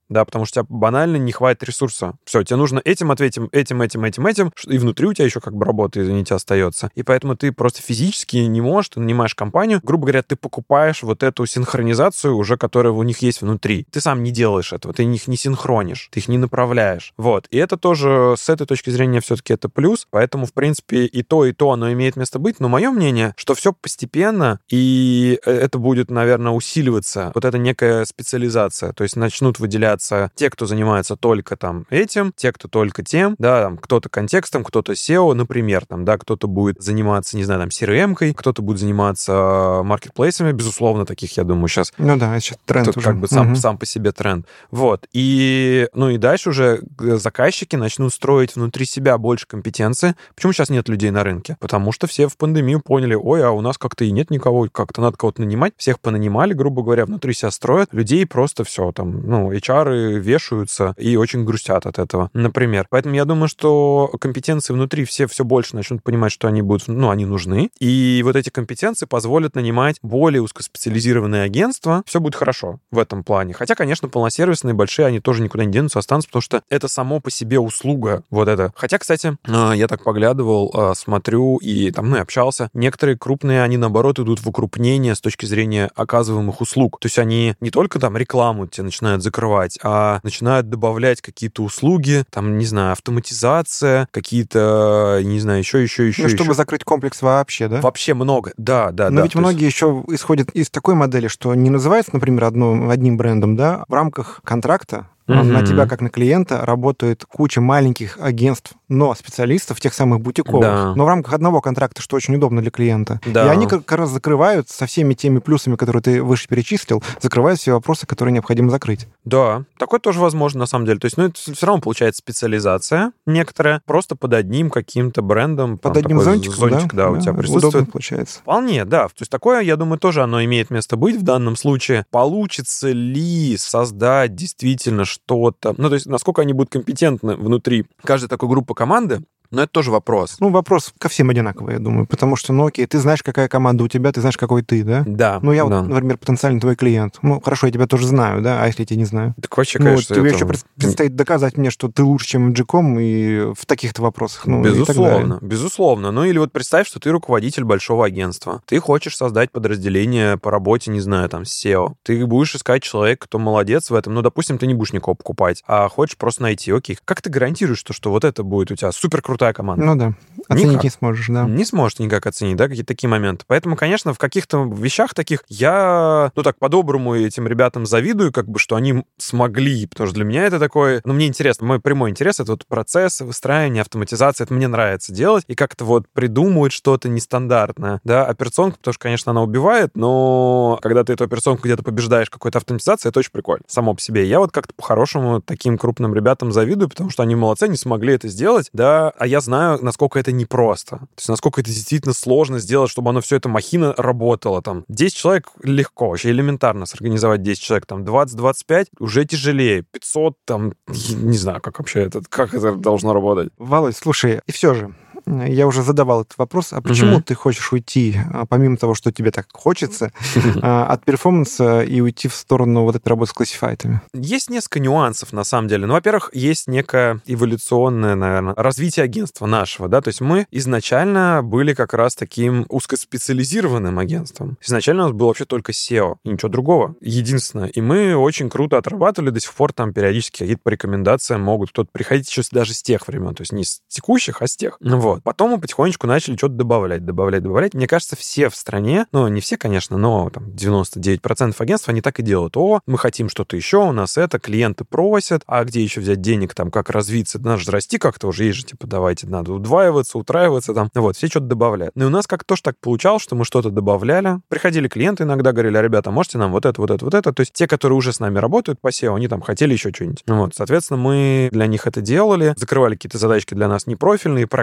да, потому что у тебя банально не хватит ресурса. Все, тебе нужно этим ответить, этим, этим, этим, этим, и внутри у тебя еще как бы работа, извините, остается. И поэтому ты просто физически не можешь, ты нанимаешь компанию, грубо говоря, ты покупаешь вот эту синхронизацию уже, которая у них есть внутри. Ты сам не делаешь этого, ты их не синхронишь, ты их не направляешь. Вот. И это тоже, с этой точки зрения, все-таки это плюс. Поэтому, в принципе, и то, и то оно имеет место быть. Но мое мнение, что все постепенно, и это будет, наверное, усиливаться. Вот эта некая специализация. То есть начнут выделяться те, кто занимается только там этим, те, кто только тем, да, там, кто-то контекстом, кто-то сео, например, там, да, кто-то будет заниматься, не знаю, там, си эр эм-кой, кто-то будет заниматься маркетплейсами, безусловно, таких, я думаю, сейчас. Ну да, это сейчас тренд Тут уже. как бы сам, Угу. сам по себе тренд. Вот. И, ну и дальше уже заказчики начнут строить внутри себя больше компетенции. Почему сейчас нет людей на рынке? Потому что все в пандемию поняли, ой, а у нас как-то и нет никого, как-то надо кого-то нанимать. Всех понанимали, грубо говоря, внутри себя строят. Людей просто все там, ну, эйч ар вешаются и очень грустят от этого, например. Поэтому я думаю, что компетенции внутри все все больше начнут понимать, что они будут, ну, они нужны. И вот эти компетенции позволят нанимать более узкоспециализированные агентства. Все будет хорошо в этом плане. Хотя, конечно, полносервисные, большие, они тоже никуда не денутся, останутся, потому что это само по себе услуга. Вот это. Хотя, кстати, я так поглядывал, смотрю и там, ну, и общался. Некоторые крупные, они, наоборот, идут в укрупнение с точки зрения оказываемых услуг. То есть они не только там рекламу тебе начинают закрывать, а начинают добавлять какие-то услуги, там, не знаю, автоматизация, какие-то, не знаю, еще, еще, еще. Ну, чтобы еще. закрыть комплекс вообще, да? Вообще много, да, да, Но да. ведь многие есть... еще исходят из такой модели, что не называется, например, одно, одним брендом, да, в рамках контракта mm-hmm. на тебя, как на клиента, работает куча маленьких агентств, но специалистов, тех самых бутиковых, да. но в рамках одного контракта, что очень удобно для клиента. Да. И они как раз закрывают со всеми теми плюсами, которые ты выше перечислил, закрывают все вопросы, которые необходимо закрыть. Да, такое тоже возможно на самом деле. То есть, ну, это все равно получается специализация некоторая, просто под одним каким-то брендом. Под там, одним зонтиком, зонтик, да, да, у тебя присутствует. Удобно получается. Вполне, да. То есть такое, я думаю, тоже оно имеет место быть в данном случае. Получится ли создать действительно что-то? Ну, то есть насколько они будут компетентны внутри каждой такой группы команды, но это тоже вопрос. Ну, вопрос ко всем одинаковый, я думаю, потому что, ну, окей, ты знаешь, какая команда у тебя, ты знаешь, какой ты, да? Да. Ну, я да. вот, например, потенциальный твой клиент. Ну, хорошо, я тебя тоже знаю, да, а если я тебя не знаю? Так вообще, ну, конечно, тебе это... еще предстоит доказать мне, что ты лучше, чем джи-ком и в таких-то вопросах. Ну, безусловно, безусловно. Ну, или вот представь, что ты руководитель большого агентства. Ты хочешь создать подразделение по работе, не знаю, там, с сео. Ты будешь искать человека, кто молодец в этом. Ну, допустим, ты не будешь никого покупать, а хочешь просто найти. Окей, как ты гарантируешь, что, что вот это будет у тебя суперкрутая команда? Ну, да. Оценить никак. не сможешь, да. Не сможешь никак оценить, да, какие-то такие моменты. Поэтому, конечно, в каких-то вещах таких я, ну, так по-доброму этим ребятам завидую, как бы, что они смогли, потому что для меня это такое, ну, мне интересно, мой прямой интерес — это вот процесс выстраивания, автоматизация, это мне нравится делать, и как-то вот придумывать что-то нестандартное, да, операционка, потому что, конечно, она убивает, но когда ты эту операционку где-то побеждаешь какой-то автоматизацией, это очень прикольно, само по себе. Я вот как-то по-хорошему таким крупным ребятам завидую, потому что они молодцы, они смогли это сделать, да, а я знаю, насколько это непросто. То есть насколько это действительно сложно сделать, чтобы оно все это махина работало. Там десять человек легко, вообще элементарно сорганизовать десять человек. Там двадцать-двадцать пять уже тяжелее. пятьсот, там, не знаю, как вообще это, как это должно работать. Володь, слушай, и все же, я уже задавал этот вопрос, а почему Мгм. ты хочешь уйти, а, помимо того, что тебе так хочется, а, от перформанса и уйти в сторону вот этой работы с классифайтами? Есть несколько нюансов, на самом деле. Ну, во-первых, есть некое эволюционное, наверное, развитие агентства нашего, да, то есть мы изначально были как раз таким узкоспециализированным агентством. Изначально у нас было вообще только сео и ничего другого. Единственное. И мы очень круто отрабатывали, до сих пор там периодически какие-то по рекомендациям могут кто-то приходить еще даже с тех времен, то есть не с текущих, а с тех. Ну вот. Потом мы потихонечку начали что-то добавлять, добавлять, добавлять. Мне кажется, все в стране, ну, не все, конечно, но там девяносто девять процентов агентств, они так и делают. О, мы хотим что-то еще, у нас это, клиенты просят, а где еще взять денег, там, как развиться? Надо же расти как-то уже, есть же, типа, давайте, надо удваиваться, утраиваться, там, вот, все что-то добавляют. Ну, и у нас как-то тоже так получалось, что мы что-то добавляли. Приходили клиенты иногда, говорили, а, ребята, можете нам вот это, вот это, вот это? То есть те, которые уже с нами работают по сео, они там хотели еще что-нибудь. Вот, соответственно, мы для них это делали, закрывали какие-то задачки для нас непрофильные, прокачивали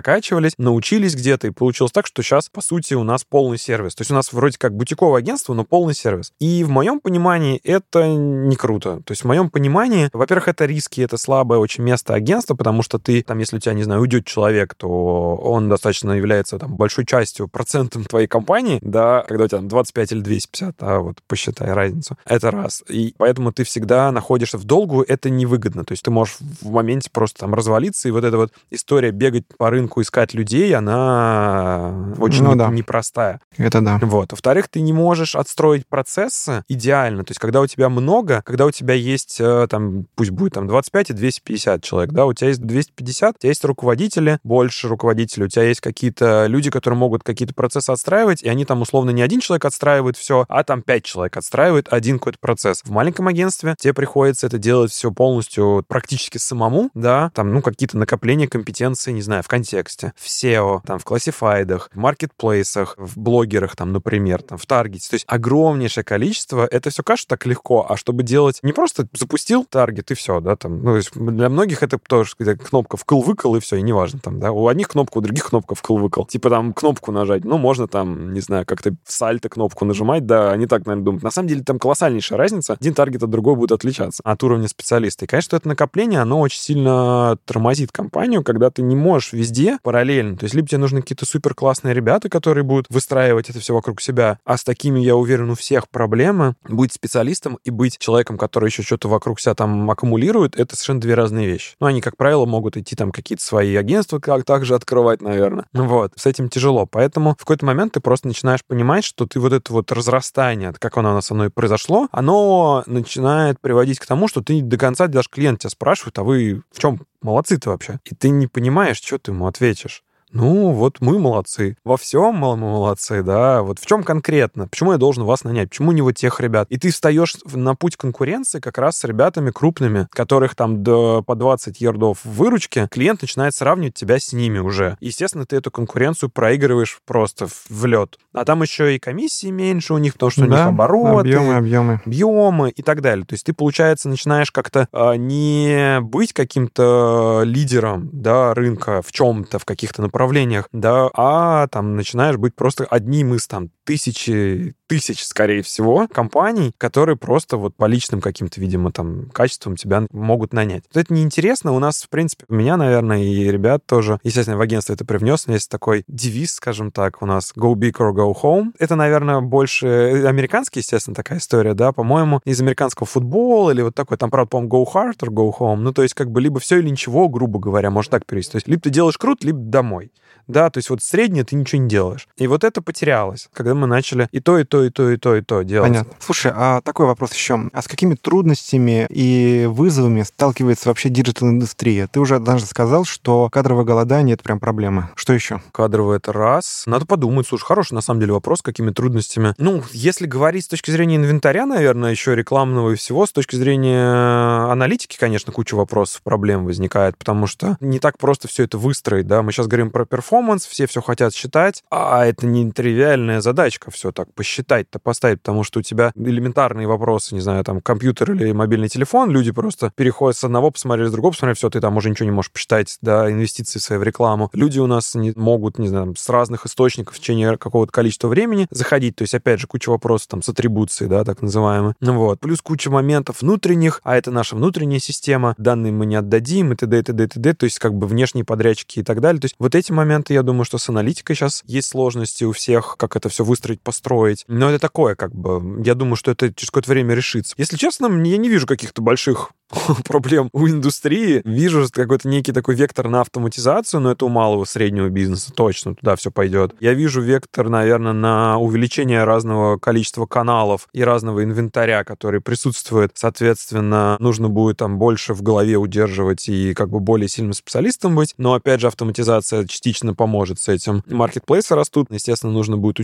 воспользовались, научились где-то, и получилось так, что сейчас, по сути, у нас полный сервис. То есть у нас вроде как бутиковое агентство, но полный сервис. И в моем понимании это не круто. То есть в моем понимании, во-первых, это риски, это слабое очень место агентства, потому что ты, там, если у тебя, не знаю, уйдет человек, то он достаточно является там большой частью, процентом твоей компании, да, когда у тебя там двадцать пять или двести пятьдесят, а вот посчитай разницу. Это раз. И поэтому ты всегда находишься в долгу, это невыгодно. То есть ты можешь в моменте просто там развалиться, и вот эта вот история бегать по рынку, искать людей, она очень ну, не, да. непростая. Это да. Вот. Во-вторых, ты не можешь отстроить процессы идеально. То есть когда у тебя много, когда у тебя есть, там, пусть будет там двадцать пять и двести пятьдесят человек, да, у тебя есть двести пятьдесят, у тебя есть руководители, больше руководителей, у тебя есть какие-то люди, которые могут какие-то процессы отстраивать, и они там условно не один человек отстраивает все, а там пять человек отстраивает один какой-то процесс. В маленьком агентстве тебе приходится это делать все полностью практически самому, да, там, ну, какие-то накопления компетенций, не знаю, в контексте, в сео, там, в классифайдах, в маркетплейсах, в блогерах, там, например, там, в таргете. То есть огромнейшее количество. Это все кажется так легко, а чтобы делать не просто запустил таргет и все, да, там, ну, то есть для многих это тоже кнопка вкл-выкл и все, и неважно, там, да, у одних кнопка, у других кнопка вкл-выкл. Типа там кнопку нажать, ну, можно там, не знаю, как-то в сальто кнопку нажимать, да, они так, наверное, думают. На самом деле там колоссальнейшая разница. Один таргет от другого будет отличаться от уровня специалиста. И, конечно, это накопление, оно очень сильно тормозит компанию, когда ты не можешь везде параллельно. То есть либо тебе нужны какие-то супер классные ребята, которые будут выстраивать это все вокруг себя, а с такими, я уверен, у всех проблемы. Быть специалистом и быть человеком, который еще что-то вокруг себя там аккумулирует, это совершенно две разные вещи. Ну, они, как правило, могут идти там какие-то свои агентства как также открывать, наверное. Вот. С этим тяжело. Поэтому в какой-то момент ты просто начинаешь понимать, что ты вот это вот разрастание, как оно у нас оно и произошло, оно начинает приводить к тому, что ты до конца, даже клиент тебя спрашивает, а вы в чем молодцы-то вообще? И ты не понимаешь, что ты ему ответишь. Ну, вот мы молодцы. Во всем мы молодцы, да. Вот в чем конкретно? Почему я должен вас нанять? Почему не вот тех ребят? И ты встаешь на путь конкуренции как раз с ребятами крупными, которых там до, по двадцать ярдов выручки, клиент начинает сравнивать тебя с ними уже. Естественно, ты эту конкуренцию проигрываешь просто в лед. А там еще и комиссии меньше у них, потому что у да, них обороты, объемы, объемы. объемы и так далее. То есть ты, получается, начинаешь как-то а, не быть каким-то лидером, да, рынка в чем-то, в каких-то направлениях, да, а там начинаешь быть просто одним из там тысячи, тысяч, скорее всего, компаний, которые просто вот по личным каким-то, видимо, там качествам тебя могут нанять. Вот это неинтересно. У нас, в принципе, у меня, наверное, и ребят тоже, естественно, в агентство это привнес. У меня есть такой девиз, скажем так, у нас go big or go home. Это, наверное, больше американский, естественно, такая история, да, по-моему, из американского футбола или вот такой, там, правда, по-моему, go hard or go home. Ну, то есть как бы либо все или ничего, грубо говоря, можно так перевести. То есть либо ты делаешь круто, либо домой. Да, то есть вот среднее ты ничего не делаешь. И вот это потерялось, когда мы начали и то, и то, и то, и то, и то делать. Понятно. Слушай, а такой вопрос еще. А с какими трудностями и вызовами сталкивается вообще диджитал-индустрия? Ты уже однажды сказал, что кадровое голодание — это прям проблема. Что еще? Кадровое — это раз. Надо подумать. Слушай, хороший на самом деле вопрос, какими трудностями. Ну, если говорить с точки зрения инвентаря, наверное, еще рекламного и всего, с точки зрения аналитики, конечно, куча вопросов, проблем возникает, потому что не так просто все это выстроить, да. Мы сейчас говорим про перформанс, все все хотят считать, а это не тривиальная задачка все так посчитать-то, поставить, потому что у тебя элементарные вопросы, не знаю, там, компьютер или мобильный телефон, люди просто переходят с одного, посмотрели, с другого, посмотрели, все, ты там уже ничего не можешь посчитать, да, инвестиции свои в рекламу. Люди у нас не могут, не знаю, с разных источников в течение какого-то количества времени заходить, то есть, опять же, куча вопросов там с атрибуцией, да, так называемые. Вот. Плюс куча моментов внутренних, а это наша внутренняя система, данные мы не отдадим, и т.д., и т.д., и т.д., то есть, как бы внешние подрядчики и так далее. То есть, вот эти моменты, я думаю, что с аналитикой сейчас есть сложности у всех, как это все выстроить, построить. Но это такое, как бы, я думаю, что это через какое-то время решится. Если честно, я не вижу каких-то больших проблем у индустрии. Вижу какой-то некий такой вектор на автоматизацию, но это у малого среднего бизнеса точно, туда все пойдет. Я вижу вектор, наверное, на увеличение разного количества каналов и разного инвентаря, который присутствует. Соответственно, нужно будет там больше в голове удерживать и как бы более сильным специалистом быть. Но, опять же, автоматизация частично поможет с этим. Маркетплейсы растут. Естественно, нужно будет учиться там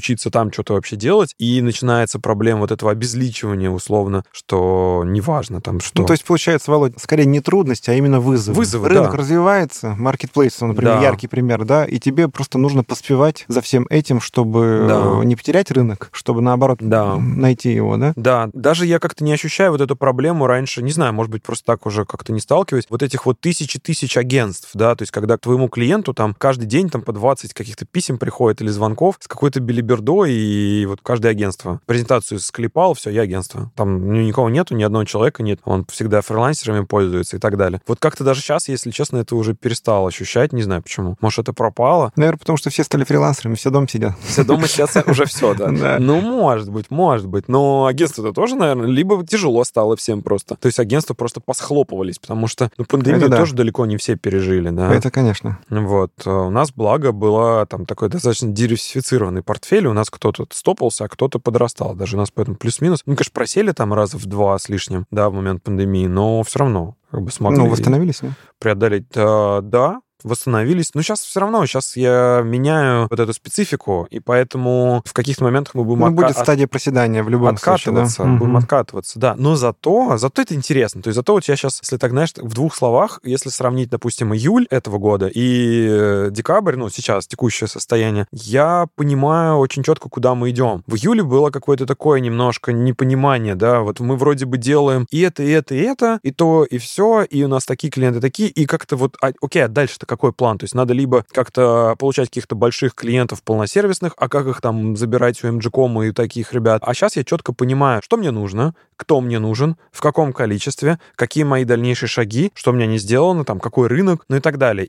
там что-то вообще делать, и начинается проблема вот этого обезличивания условно, что неважно там что. Ну, то есть, получается, Володь, скорее не трудности, а именно вызовы. Вызовы, Рынок да. развивается, маркетплейс, например, Да. яркий пример, да, и тебе просто нужно поспевать за всем этим, чтобы Да. не потерять рынок, чтобы, наоборот, Да. найти его, да? Да, даже я как-то не ощущаю вот эту проблему раньше, не знаю, может быть, просто так уже как-то не сталкиваюсь, вот этих вот тысячи тысяч агентств, да, то есть когда к твоему клиенту там каждый день там по двадцать каких-то писем приходит или звонков с какой-то белибердой, и вот каждое агентство презентацию склепал, все, я агентство. Там никого нету, ни одного человека нет, он всегда фрилансерами пользуется и так далее. Вот как-то даже сейчас, если честно, это уже перестал ощущать, не знаю почему. Может, это пропало? Наверное, потому что все стали фрилансерами, все дома сидят. Все дома сидят, уже все, да. Да. Ну, может быть, может быть. Но агентство-то тоже, наверное, либо тяжело стало всем просто. То есть агентства просто посхлопывались, потому что ну, пандемию Это да. тоже далеко не все пережили, да. Это, конечно. Вот. У нас, благо, была там такой достаточно диверсифицированный портфель. У нас кто-то стопался, а кто-то подрастал. Даже у нас поэтому плюс-минус. Ну, конечно, просели там раза в два с лишним, да, в момент пандемии, но все равно как бы смогли Ну, восстановились, да? преодолеть. Да, да, восстановились. Но сейчас все равно, сейчас я меняю вот эту специфику, и поэтому в каких-то моментах мы будем... Ну, отка- будет стадия проседания в любом откатываться, случае, да? будем Мгм. откатываться, да. Но зато, зато это интересно. То есть зато у тебя сейчас, если так, знаешь, в двух словах, если сравнить, допустим, июль этого года и э, декабрь, ну, сейчас текущее состояние, я понимаю очень четко, куда мы идем. В июле было какое-то такое немножко непонимание, да, вот мы вроде бы делаем и это, и это, и это, и то, и все, и у нас такие клиенты такие, и как-то вот, а, окей, а дальше-то какой план? То есть надо либо как-то получать каких-то больших клиентов полносервисных, а как их там забирать у эм джи ком и таких ребят. А сейчас я четко понимаю, что мне нужно, кто мне нужен, в каком количестве, какие мои дальнейшие шаги, что у меня не сделано, там, какой рынок, ну и так далее.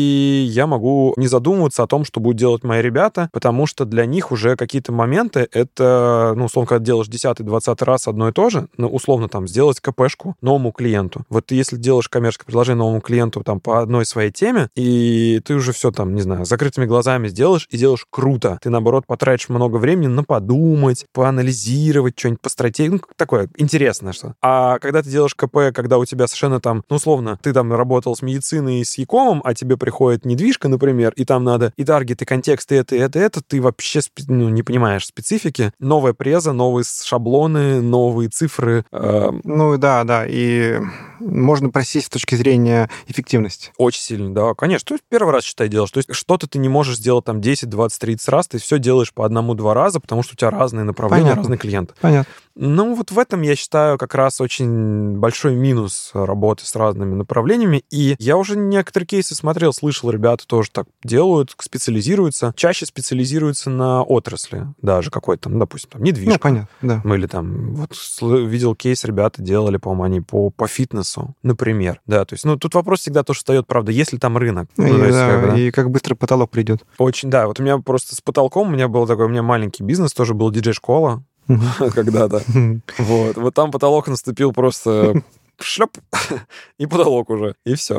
И я могу не задумываться о том, что будут делать мои ребята, потому что для них уже какие-то моменты, это, ну, условно, когда делаешь десятый-двадцатый раз одно и то же, ну, условно, там, сделать КПшку новому клиенту. Вот ты, если делаешь коммерческое предложение новому клиенту там по одной своей теме, и ты уже все там, не знаю, с закрытыми глазами сделаешь, и делаешь круто. Ты, наоборот, потратишь много времени на подумать, поанализировать что-нибудь по стратегии, ну, такое интересное что. А когда ты делаешь КП, когда у тебя совершенно там, ну, условно, ты там работал с медициной и с Якомом, а тебе приходит недвижка, например, и там надо и таргет, и контекст, и это, и это, и это, ты вообще спе- ну, не понимаешь специфики. Новая преза, новые шаблоны, новые цифры. э, Ну, да, да, и можно просесть с точки зрения эффективности. Очень сильно, да, конечно. То есть первый раз, считай, делаешь. То есть что-то ты не можешь сделать там десять, двадцать, тридцать раз, ты все делаешь по одному-два раза, потому что у тебя разные направления, Понятно. разные клиенты. Понятно. Ну, вот в этом, я считаю, как раз очень большой минус работы с разными направлениями. И я уже некоторые кейсы смотрел, слышал, ребята тоже так делают, специализируются. Чаще специализируются на отрасли даже какой-то, ну, допустим, там, недвижка. Ну, понятно, да. Ну, или там, вот сл- видел кейс, ребята делали, по-моему, они по, по фитнесу, например. Да, то есть, ну, тут вопрос всегда тоже встает, правда, есть ли там рынок? И, Ну, то есть, да, как бы, да. и как быстро потолок придет. Очень, да. Вот у меня просто с потолком, у меня был такой, у меня маленький бизнес, тоже был диджей-школа когда-то. Вот. Вот там потолок наступил просто шлеп, и потолок уже, и все.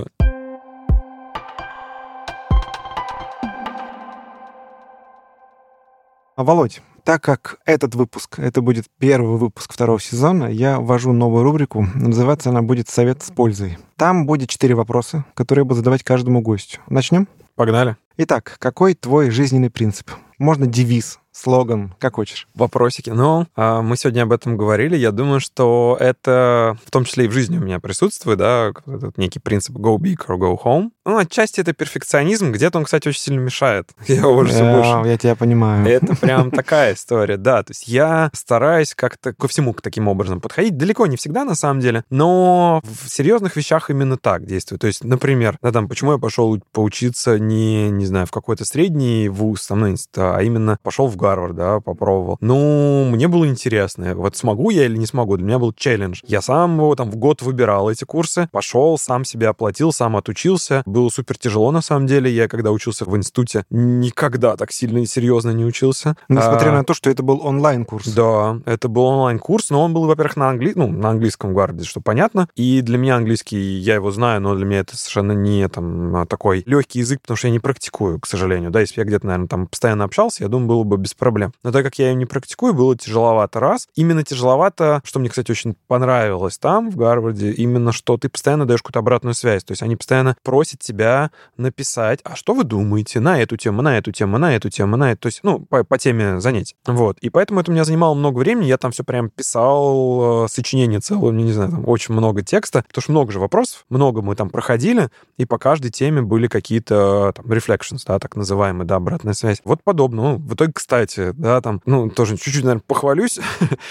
А, Володь, так как этот выпуск, это будет первый выпуск второго сезона, я ввожу новую рубрику. Называться она будет «Совет с пользой». Там будет четыре вопроса, которые я буду задавать каждому гостю. Начнем? Погнали. Итак, какой твой жизненный принцип? Можно девиз, слоган, как хочешь. Вопросики. Ну, а, мы сегодня об этом говорили. Я думаю, что это в том числе и в жизни у меня присутствует, да, этот некий принцип go big or go home. Ну, отчасти это перфекционизм, где-то он, кстати, очень сильно мешает. Я его уже все Я, больше. я тебя понимаю. Это прям такая история, да. То есть я стараюсь как-то ко всему таким образом подходить. Далеко не всегда, на самом деле, но в серьезных вещах именно так действую. То есть, например, да, там, почему я пошел поучиться не, не знаю, в какой-то средний вуз, там, ну, а именно пошел в Гарвард, да, попробовал. Ну, мне было интересно. Вот смогу я или не смогу? Для меня был челлендж. Я сам его там в год выбирал эти курсы, пошел, сам себя оплатил, сам отучился. Было супер тяжело, на самом деле. Я, когда учился в институте, никогда так сильно и серьезно не учился. Несмотря а, на то, что это был онлайн-курс. Да, это был онлайн-курс, но он был, во-первых, на, англи... ну, на английском в Гарварде, что понятно. И для меня английский, я его знаю, но для меня это совершенно не там такой легкий язык, потому что я не практикую, к сожалению. Да, если бы я где-то, наверное, там постоянно общался, я думаю, было бы без, проблем. Но так как я ее не практикую, было тяжеловато. Раз. Именно тяжеловато, что мне, кстати, очень понравилось там, в Гарварде, именно что ты постоянно даешь какую-то обратную связь. То есть они постоянно просят тебя написать, а что вы думаете на эту тему, на эту тему, на эту тему, на эту, то есть, ну, по, по теме занятий. Вот. И поэтому это у меня занимало много времени. Я там все прям писал, э, сочинение целое, не знаю, там очень много текста, потому что много же вопросов, много мы там проходили, и по каждой теме были какие-то там reflections, да, так называемые, да, обратная связь. Вот подобно. Ну, в итоге, кстати, да, там, ну, тоже чуть-чуть, наверное, похвалюсь.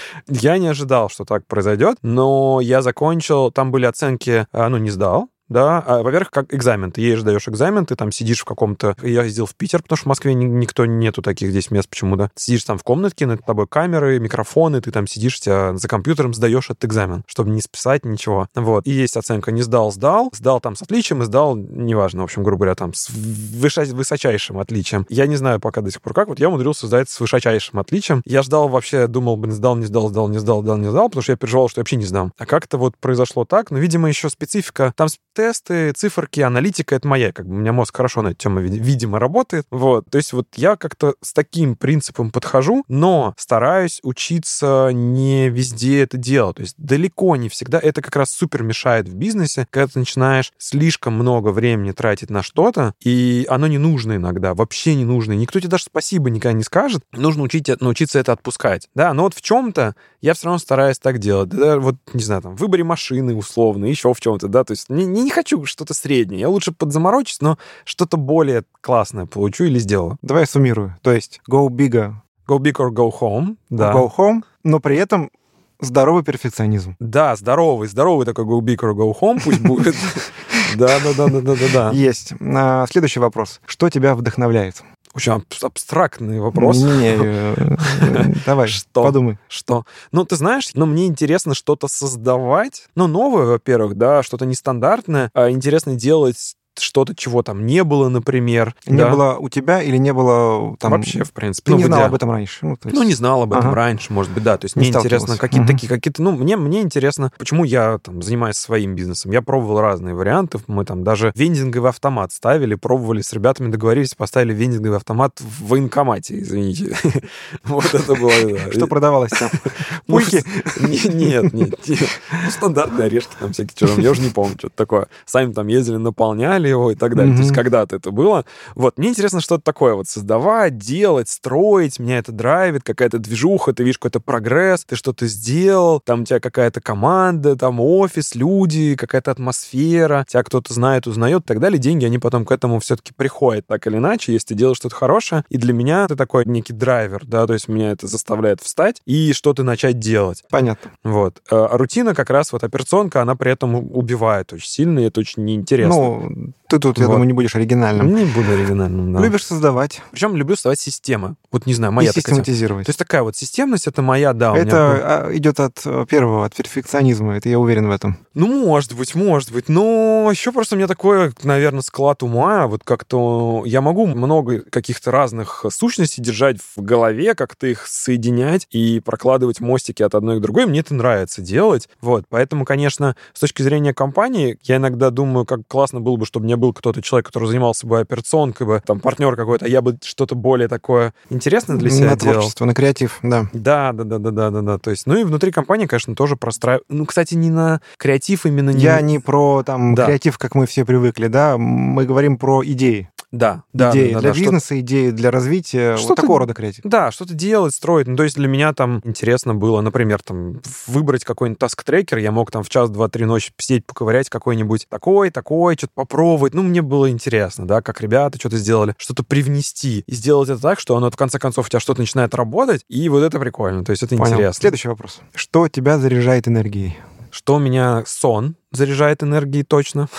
Я не ожидал, что так произойдет, но я закончил, там были оценки, ну, не сдал, да, а, во-первых, как экзамен. Ты едешь, даешь экзамен, ты там сидишь в каком-то... Я ездил в Питер, потому что в Москве ни, никто нету таких здесь мест почему-то. Сидишь там в комнатке, над тобой камеры, микрофоны, ты там сидишь, тебя за компьютером сдаешь этот экзамен, чтобы не списать ничего. Вот. И есть оценка «не сдал», «сдал», «сдал» там с отличием и «сдал», неважно, в общем, грубо говоря, там с выше... высочайшим отличием. Я не знаю пока до сих пор как, вот я умудрился сдать с высочайшим отличием. Я ждал вообще, думал, блин, сдал, не сдал, сдал, не сдал, сдал, не сдал, потому что я переживал, что я вообще не сдам. А как-то вот произошло так, но, видимо, еще специфика. Там тесты, циферки, аналитика — это моя. Как бы у меня мозг хорошо на эту тему, видимо, работает. Вот. То есть вот я как-то с таким принципом подхожу, но стараюсь учиться не везде это делать. То есть далеко не всегда. Это как раз супер мешает в бизнесе, когда ты начинаешь слишком много времени тратить на что-то, и оно не нужно иногда, вообще не нужно. И никто тебе даже спасибо никогда не скажет. Нужно учить, научиться это отпускать. Да, но вот в чем-то я все равно стараюсь так делать. Да, вот, не знаю, там, в выборе машины условно, еще в чем-то, да, то есть не, не хочу что-то среднее. Я лучше подзаморочусь, но что-то более классное получу или сделаю. Давай я суммирую. То есть go big. Go big or go home. Да. Go home, но при этом здоровый перфекционизм. Да, здоровый, здоровый такой go big or go home пусть будет. Да, да, да, да, да, да. Есть. Следующий вопрос. Что тебя вдохновляет? Очень абстрактный вопрос. Не-не, давай, подумай. Что? Ну, ты знаешь, ну, мне интересно что-то создавать. Ну, новое, во-первых, да, что-то нестандартное. А интересно делать что-то, чего там не было, например. Не да. было у тебя или не было там... Вообще, в принципе. Ты ну, не знал где? об этом раньше? Ну, есть... ну не знал об этом ага. раньше, может быть, да. То есть не мне интересно какие-то угу. такие, какие-то... Ну, мне, мне интересно, почему я там занимаюсь своим бизнесом. Я пробовал разные варианты. Мы там даже вендинговый автомат ставили, пробовали с ребятами, договорились, поставили вендинговый автомат в военкомате, извините. Вот это было... Что продавалось там? Пульки? Нет, нет. Стандартные орешки там всякие. Я уже не помню, что-то такое. Сами там ездили, наполняли его и так далее. То есть когда-то это было. Вот, мне интересно что-то такое вот создавать, делать, строить. Меня это драйвит, какая-то движуха, ты видишь какой-то прогресс, ты что-то сделал, там у тебя какая-то команда, там офис, люди, какая-то атмосфера, тебя кто-то знает, узнает и так далее. Деньги, они потом к этому все-таки приходят так или иначе, если ты делаешь что-то хорошее. И для меня это такой некий драйвер, да, то есть меня это заставляет встать и что-то начать делать. Понятно. Вот. А рутина как раз, вот операционка, она при этом убивает очень сильно, и это очень неинтересно. Ну, ты тут, я вот. думаю, не будешь оригинальным. Не буду оригинальным, да. Любишь создавать. Причем люблю создавать системы. Вот, не знаю, моя и такая... систематизировать. То есть такая вот системность, это моя, да. Это меня... идет от первого, от перфекционизма, это я уверен в этом. Ну, может быть, может быть. Но еще просто у меня такой, наверное, склад ума. Вот как-то я могу много каких-то разных сущностей держать в голове, как-то их соединять и прокладывать мостики от одной к другой. Мне это нравится делать. Вот. Поэтому, конечно, с точки зрения компании, я иногда думаю, как классно было бы, чтобы у меня был кто-то человек, который занимался бы операционкой, бы, там, партнер какой-то, а я бы что-то более такое интересное для себя на делал. На творчество, на креатив, да. Да, да, да, да, да, да, да. То есть, ну и внутри компании, конечно, тоже простраивать. Ну, кстати, не на креатив именно. Не... Я не про там да. креатив, как мы все привыкли, да. Мы говорим про идеи. Да, да. Идеи да, для да, бизнеса, что... идеи для развития, что-то... вот такого рода креатив. Да, что-то делать, строить. Ну, то есть для меня там интересно было, например, там выбрать какой-нибудь таск-трекер, я мог там в час, два, три ночи сидеть, поковырять какой-нибудь такой, такой, что-то попробовать. Ну, мне было интересно, да, как ребята что-то сделали, что-то привнести и сделать это так, что оно, в конце концов, у тебя что-то начинает работать, и вот это прикольно, то есть это Понял. Интересно. Следующий вопрос. Что тебя заряжает энергией? Что у меня сон заряжает энергией точно.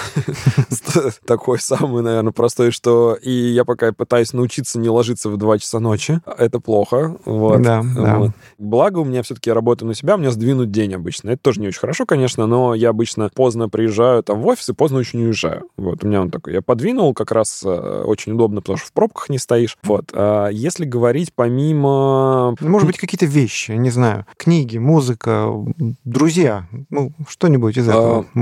Такой самый, наверное, простой, что и я пока пытаюсь научиться не ложиться в два часа ночи. Это плохо. Вот. Да, да. Вот. Благо у меня все-таки я работаю на себя, у меня сдвинут день обычно. Это тоже не очень хорошо, конечно, но я обычно поздно приезжаю там в офис и поздно очень уезжаю. Вот у меня он такой. Я подвинул, как раз э, очень удобно, потому что в пробках не стоишь. Вот. А если говорить помимо... Может быть, какие-то вещи, не знаю, книги, музыка, друзья, ну, что-нибудь из этого. А,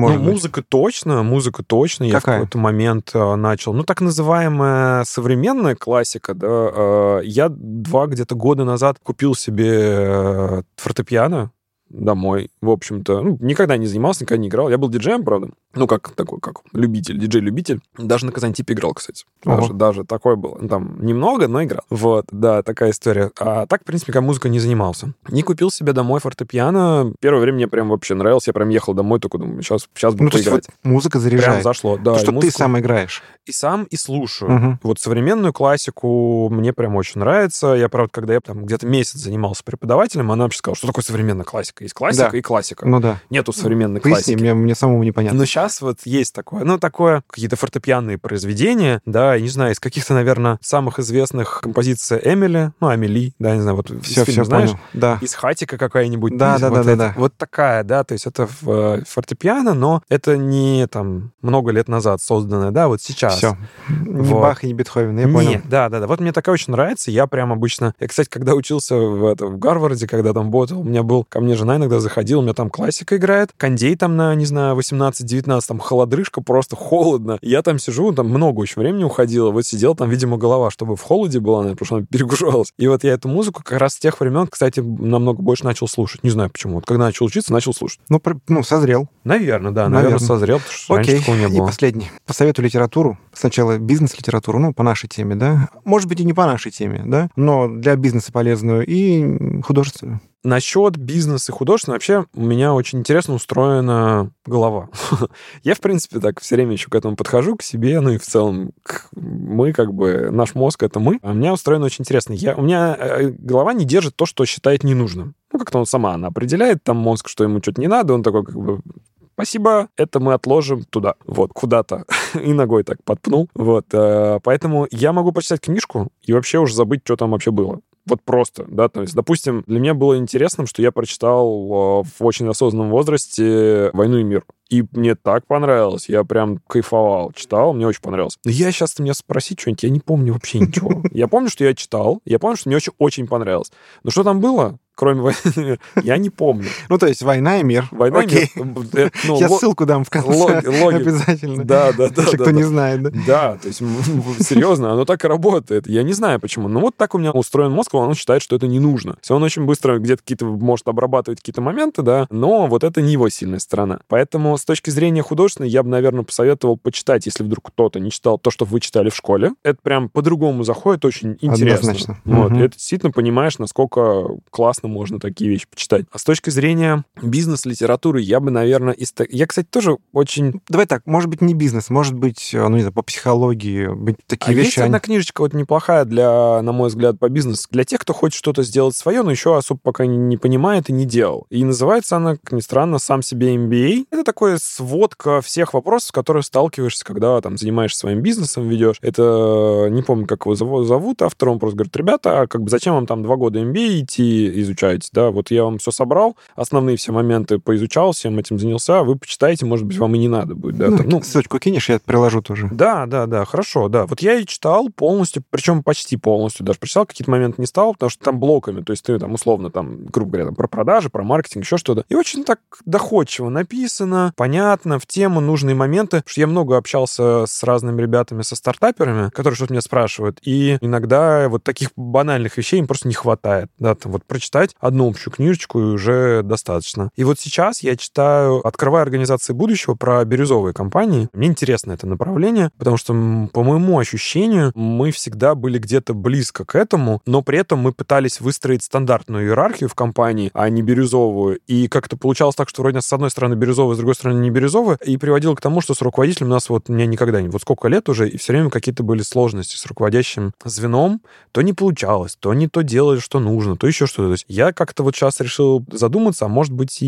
может ну, быть? музыка точно, музыка точно. Какая? Я в какой-то момент а, начал. Ну, так называемая современная классика, да. А, я два где-то года назад купил себе а, фортепиано домой, в общем-то. Ну, никогда не занимался, никогда не играл. Я был диджеем, правда. Ну, как такой, как любитель, диджей-любитель. Даже на Казантипе играл, кстати. Даже, даже такое было. Ну, там немного, но играл. Вот, да, такая история. А так, в принципе, как музыкой не занимался. Не купил себе домой фортепиано. Первое время мне прям вообще нравилось. Я прям ехал домой, только думаю, сейчас, сейчас буду Ну, то есть поиграть. вот музыка заряжает. Прям зашло, да. То, что музыку... ты сам играешь. И сам, и слушаю. Угу. Вот современную классику мне прям очень нравится. Я, правда, когда я там где-то месяц занимался преподавателем, она вообще сказала, что такое современная классика. Есть классика Да. и классика. Ну да. Нету современной Поясни, классики. мне, мне самому непонятно. Но сейчас вот есть такое, ну, такое, какие-то фортепианные произведения, да, я не знаю, из каких-то, наверное, самых известных композиций Эмили, ну, Амели, да, не знаю, вот все, из фильма, все знаешь, понял. Да. из Хатика какая-нибудь. Да, да, вот да, это, да, да. Вот такая, да, то есть это в, фортепиано, но это не там много лет назад созданное, да, вот сейчас. Все. Не Вот. Бах и не Бетховен, я Не, понял. да, да, да. Вот мне такая очень нравится. Я прям обычно... Я, кстати, когда учился в, это, в Гарварде, когда там ботал, у меня был... Ко мне жена иногда заходила, у меня там классика играет, кондей там на, не знаю, восемнадцать-девятнадцать, там холодрыжка, просто холодно. Я там сижу, там много очень времени уходило. Вот сидел там, видимо, голова, чтобы в холоде была, наверное, потому что она перегружалась. И вот я эту музыку как раз с тех времен, кстати, намного больше начал слушать. Не знаю почему. Вот когда начал учиться, начал слушать. Ну, про- ну созрел. Наверное, да, наверное, Наверное. созрел, потому что Окей. раньше такого не И было. последний. Посоветую литературу. Сначала бизнес-литературу, ну, по нашей теме, да. Может быть, и не по нашей теме, да, но для бизнеса полезную и художественную. Насчет бизнеса и художественного, вообще у меня очень интересно устроена голова. Я, в принципе, так все время еще к этому подхожу, к себе, ну и в целом к... мы как бы, наш мозг — это мы. А у меня устроено очень интересно. Я... У меня э, голова не держит то, что считает ненужным. Ну, как-то он сама, она определяет, там мозг, что ему что-то не надо, он такой как бы... Спасибо, это мы отложим туда, вот, куда-то. И ногой так подпнул. Вот, э, поэтому я могу прочитать книжку и вообще уже забыть, что там вообще было. Вот просто, да, то есть, допустим, для меня было интересным, что я прочитал э, в очень осознанном возрасте «Войну и мир». И мне так понравилось, я прям кайфовал, читал, мне очень понравилось. Но я сейчас, ты меня спросить что-нибудь, я не помню вообще ничего. Я помню, что я читал, я помню, что мне очень, очень понравилось. Но что там было, кроме «Войны и мира», я не помню. Ну, то есть «Война и мир». «Война и Окей. мир». Ну, Я ло- ссылку дам в конце. лог- логика. Обязательно. Да, да, да. Если да, кто да. не знает, да. Да, то есть, м, серьезно, оно так и работает. Я не знаю, почему. Но вот так у меня устроен мозг, он считает, что это не нужно. То есть он очень быстро где-то какие-то может обрабатывать какие-то моменты, да, но вот это не его сильная сторона. Поэтому с точки зрения художественной я бы, наверное, посоветовал почитать, если вдруг кто-то не читал то, что вы читали в школе. Это прям по-другому заходит, очень интересно. Однозначно. Вот, Мгм. и это действительно понимаешь, насколько классно можно такие вещи почитать. А с точки зрения бизнес-литературы я бы, наверное, из... та- Я, кстати, тоже очень... Давай так, может быть, не бизнес, может быть, ну, не знаю, по психологии, быть такие А вещи... есть они- одна книжечка вот неплохая для, на мой взгляд, по бизнесу. Для тех, кто хочет что-то сделать свое, но еще особо пока не, не понимает и не делал. И называется она, как ни странно, «Сам себе эм би эй». Это такая сводка всех вопросов, с которыми сталкиваешься, когда там занимаешься своим бизнесом, ведешь. Это, не помню, как его зову- зовут, автор, он просто говорит: ребята, а как бы зачем вам там два года эм би эй идти изучать? Да, вот я вам все собрал, основные все моменты поизучал, всем этим занялся, вы почитаете, может быть, вам и не надо будет. Да, Ну, там, ну, ссылочку кинешь, я приложу тоже. да, да, да, хорошо, да. Вот я и читал полностью, причем почти полностью даже прочитал, какие-то моменты не стал, потому что там блоками, то есть ты там условно, там, грубо говоря, там, про продажи, про маркетинг, еще что-то. И очень так доходчиво написано, понятно, в тему, нужные моменты. Потому что я много общался с разными ребятами, со стартаперами, которые что-то меня спрашивают, и иногда вот таких банальных вещей им просто не хватает. Да, там вот прочитать одну общую книжечку и уже достаточно. И вот сейчас я читаю, открываю организации будущего про бирюзовые компании. Мне интересно это направление, потому что, м, по моему ощущению, мы всегда были где-то близко к этому, но при этом мы пытались выстроить стандартную иерархию в компании, а не бирюзовую. И как-то получалось так, что вроде с одной стороны бирюзовая, с другой стороны не бирюзовая, и приводило к тому, что с руководителем у нас вот, у меня никогда не... Вот сколько лет уже, и все время какие-то были сложности с руководящим звеном. То не получалось, то не то делали, что нужно, то еще что-то. То есть я как-то вот сейчас решил задуматься, а может быть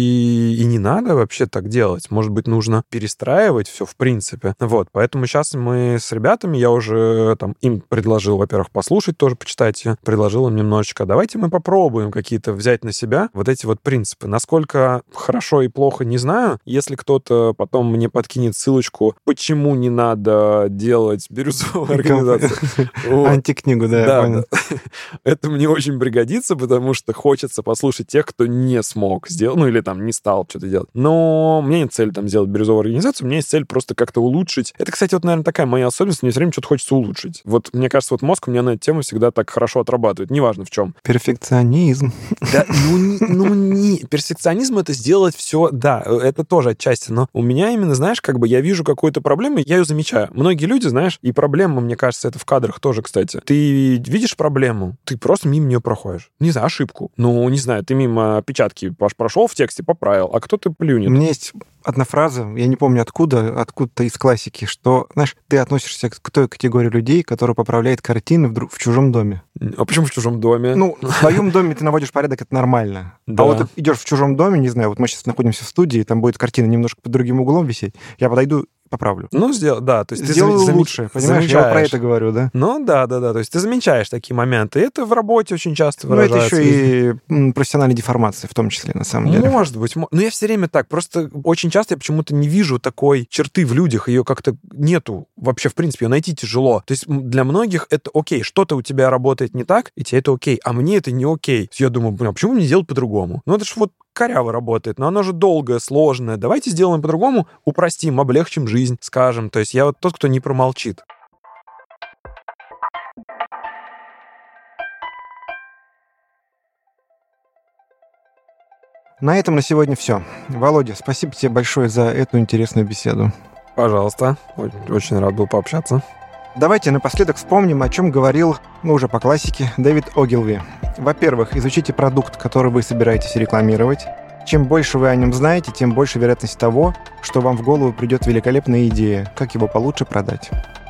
и, и не надо вообще так делать. Может быть, нужно перестраивать все в принципе. Вот, поэтому сейчас мы с ребятами, я уже там им предложил, во-первых, послушать тоже, почитать, предложил им немножечко, давайте мы попробуем какие-то взять на себя вот эти вот принципы. Насколько хорошо и плохо, не знаю. Если кто-то потом мне подкинет ссылочку, почему не надо делать бирюзовую организацию. Вот. Антикнигу, да, я Да, понял. да. Это мне очень пригодится, потому что хочется послушать тех, кто не смог сделать, ну или там не стал что-то делать. Но у меня нет цели там сделать бирюзовую организацию, у меня есть цель просто как-то улучшить. Это, кстати, вот, наверное, такая моя особенность, мне все время что-то хочется улучшить. Вот, мне кажется, вот мозг у меня на эту тему всегда так хорошо отрабатывает, неважно в чем. Перфекционизм. Да, ну, не, ну не, перфекционизм — это сделать все, да, это тоже отчасти, но у меня именно, знаешь, как бы я вижу какую-то проблему, я ее замечаю. Многие люди, знаешь, и проблема, мне кажется, это в кадрах тоже, кстати. Ты видишь проблему, ты просто мимо нее проходишь. Не знаю, ошибку. Ну, не знаю, ты мимо опечатки прошел в тексте, поправил, а кто-то плюнет. У меня есть одна фраза, я не помню откуда, откуда-то из классики, что, знаешь, ты относишься к той категории людей, которые поправляют картины в, в чужом доме. А почему в чужом доме? Ну, в своем доме ты наводишь порядок, это нормально. Да. А вот идешь в чужом доме, не знаю, вот мы сейчас находимся в студии, там будет картина немножко под другим углом висеть, я подойду, поправлю. Ну, сделал, да. То есть Сделаю ты зам... лучше, понимаешь? Я вот про это говорю, да? Ну, да, да, да. То есть ты замечаешь такие моменты. И это в работе очень часто выражается. Ну, это еще и профессиональная деформация в том числе, на самом деле. Может быть. Но я все время так. Просто очень часто я почему-то не вижу такой черты в людях. Ее как-то нету вообще, в принципе. Ее найти тяжело. То есть для многих это окей. Что-то у тебя работает не так, и тебе это окей. А мне это не окей. Я думаю, блин, а почему мне делать по-другому? Ну, это же вот коряво работает, но оно же долгое, сложное. Давайте сделаем по-другому, упростим, облегчим жизнь, скажем. То есть я вот тот, кто не промолчит. На этом на сегодня все. Володя, спасибо тебе большое за эту интересную беседу. Пожалуйста. Очень рад был пообщаться. Давайте напоследок вспомним, о чем говорил, ну, уже по классике, Дэвид Огилви. Во-первых, изучите продукт, который вы собираетесь рекламировать. Чем больше вы о нем знаете, тем больше вероятность того, что вам в голову придет великолепная идея, как его получше продать.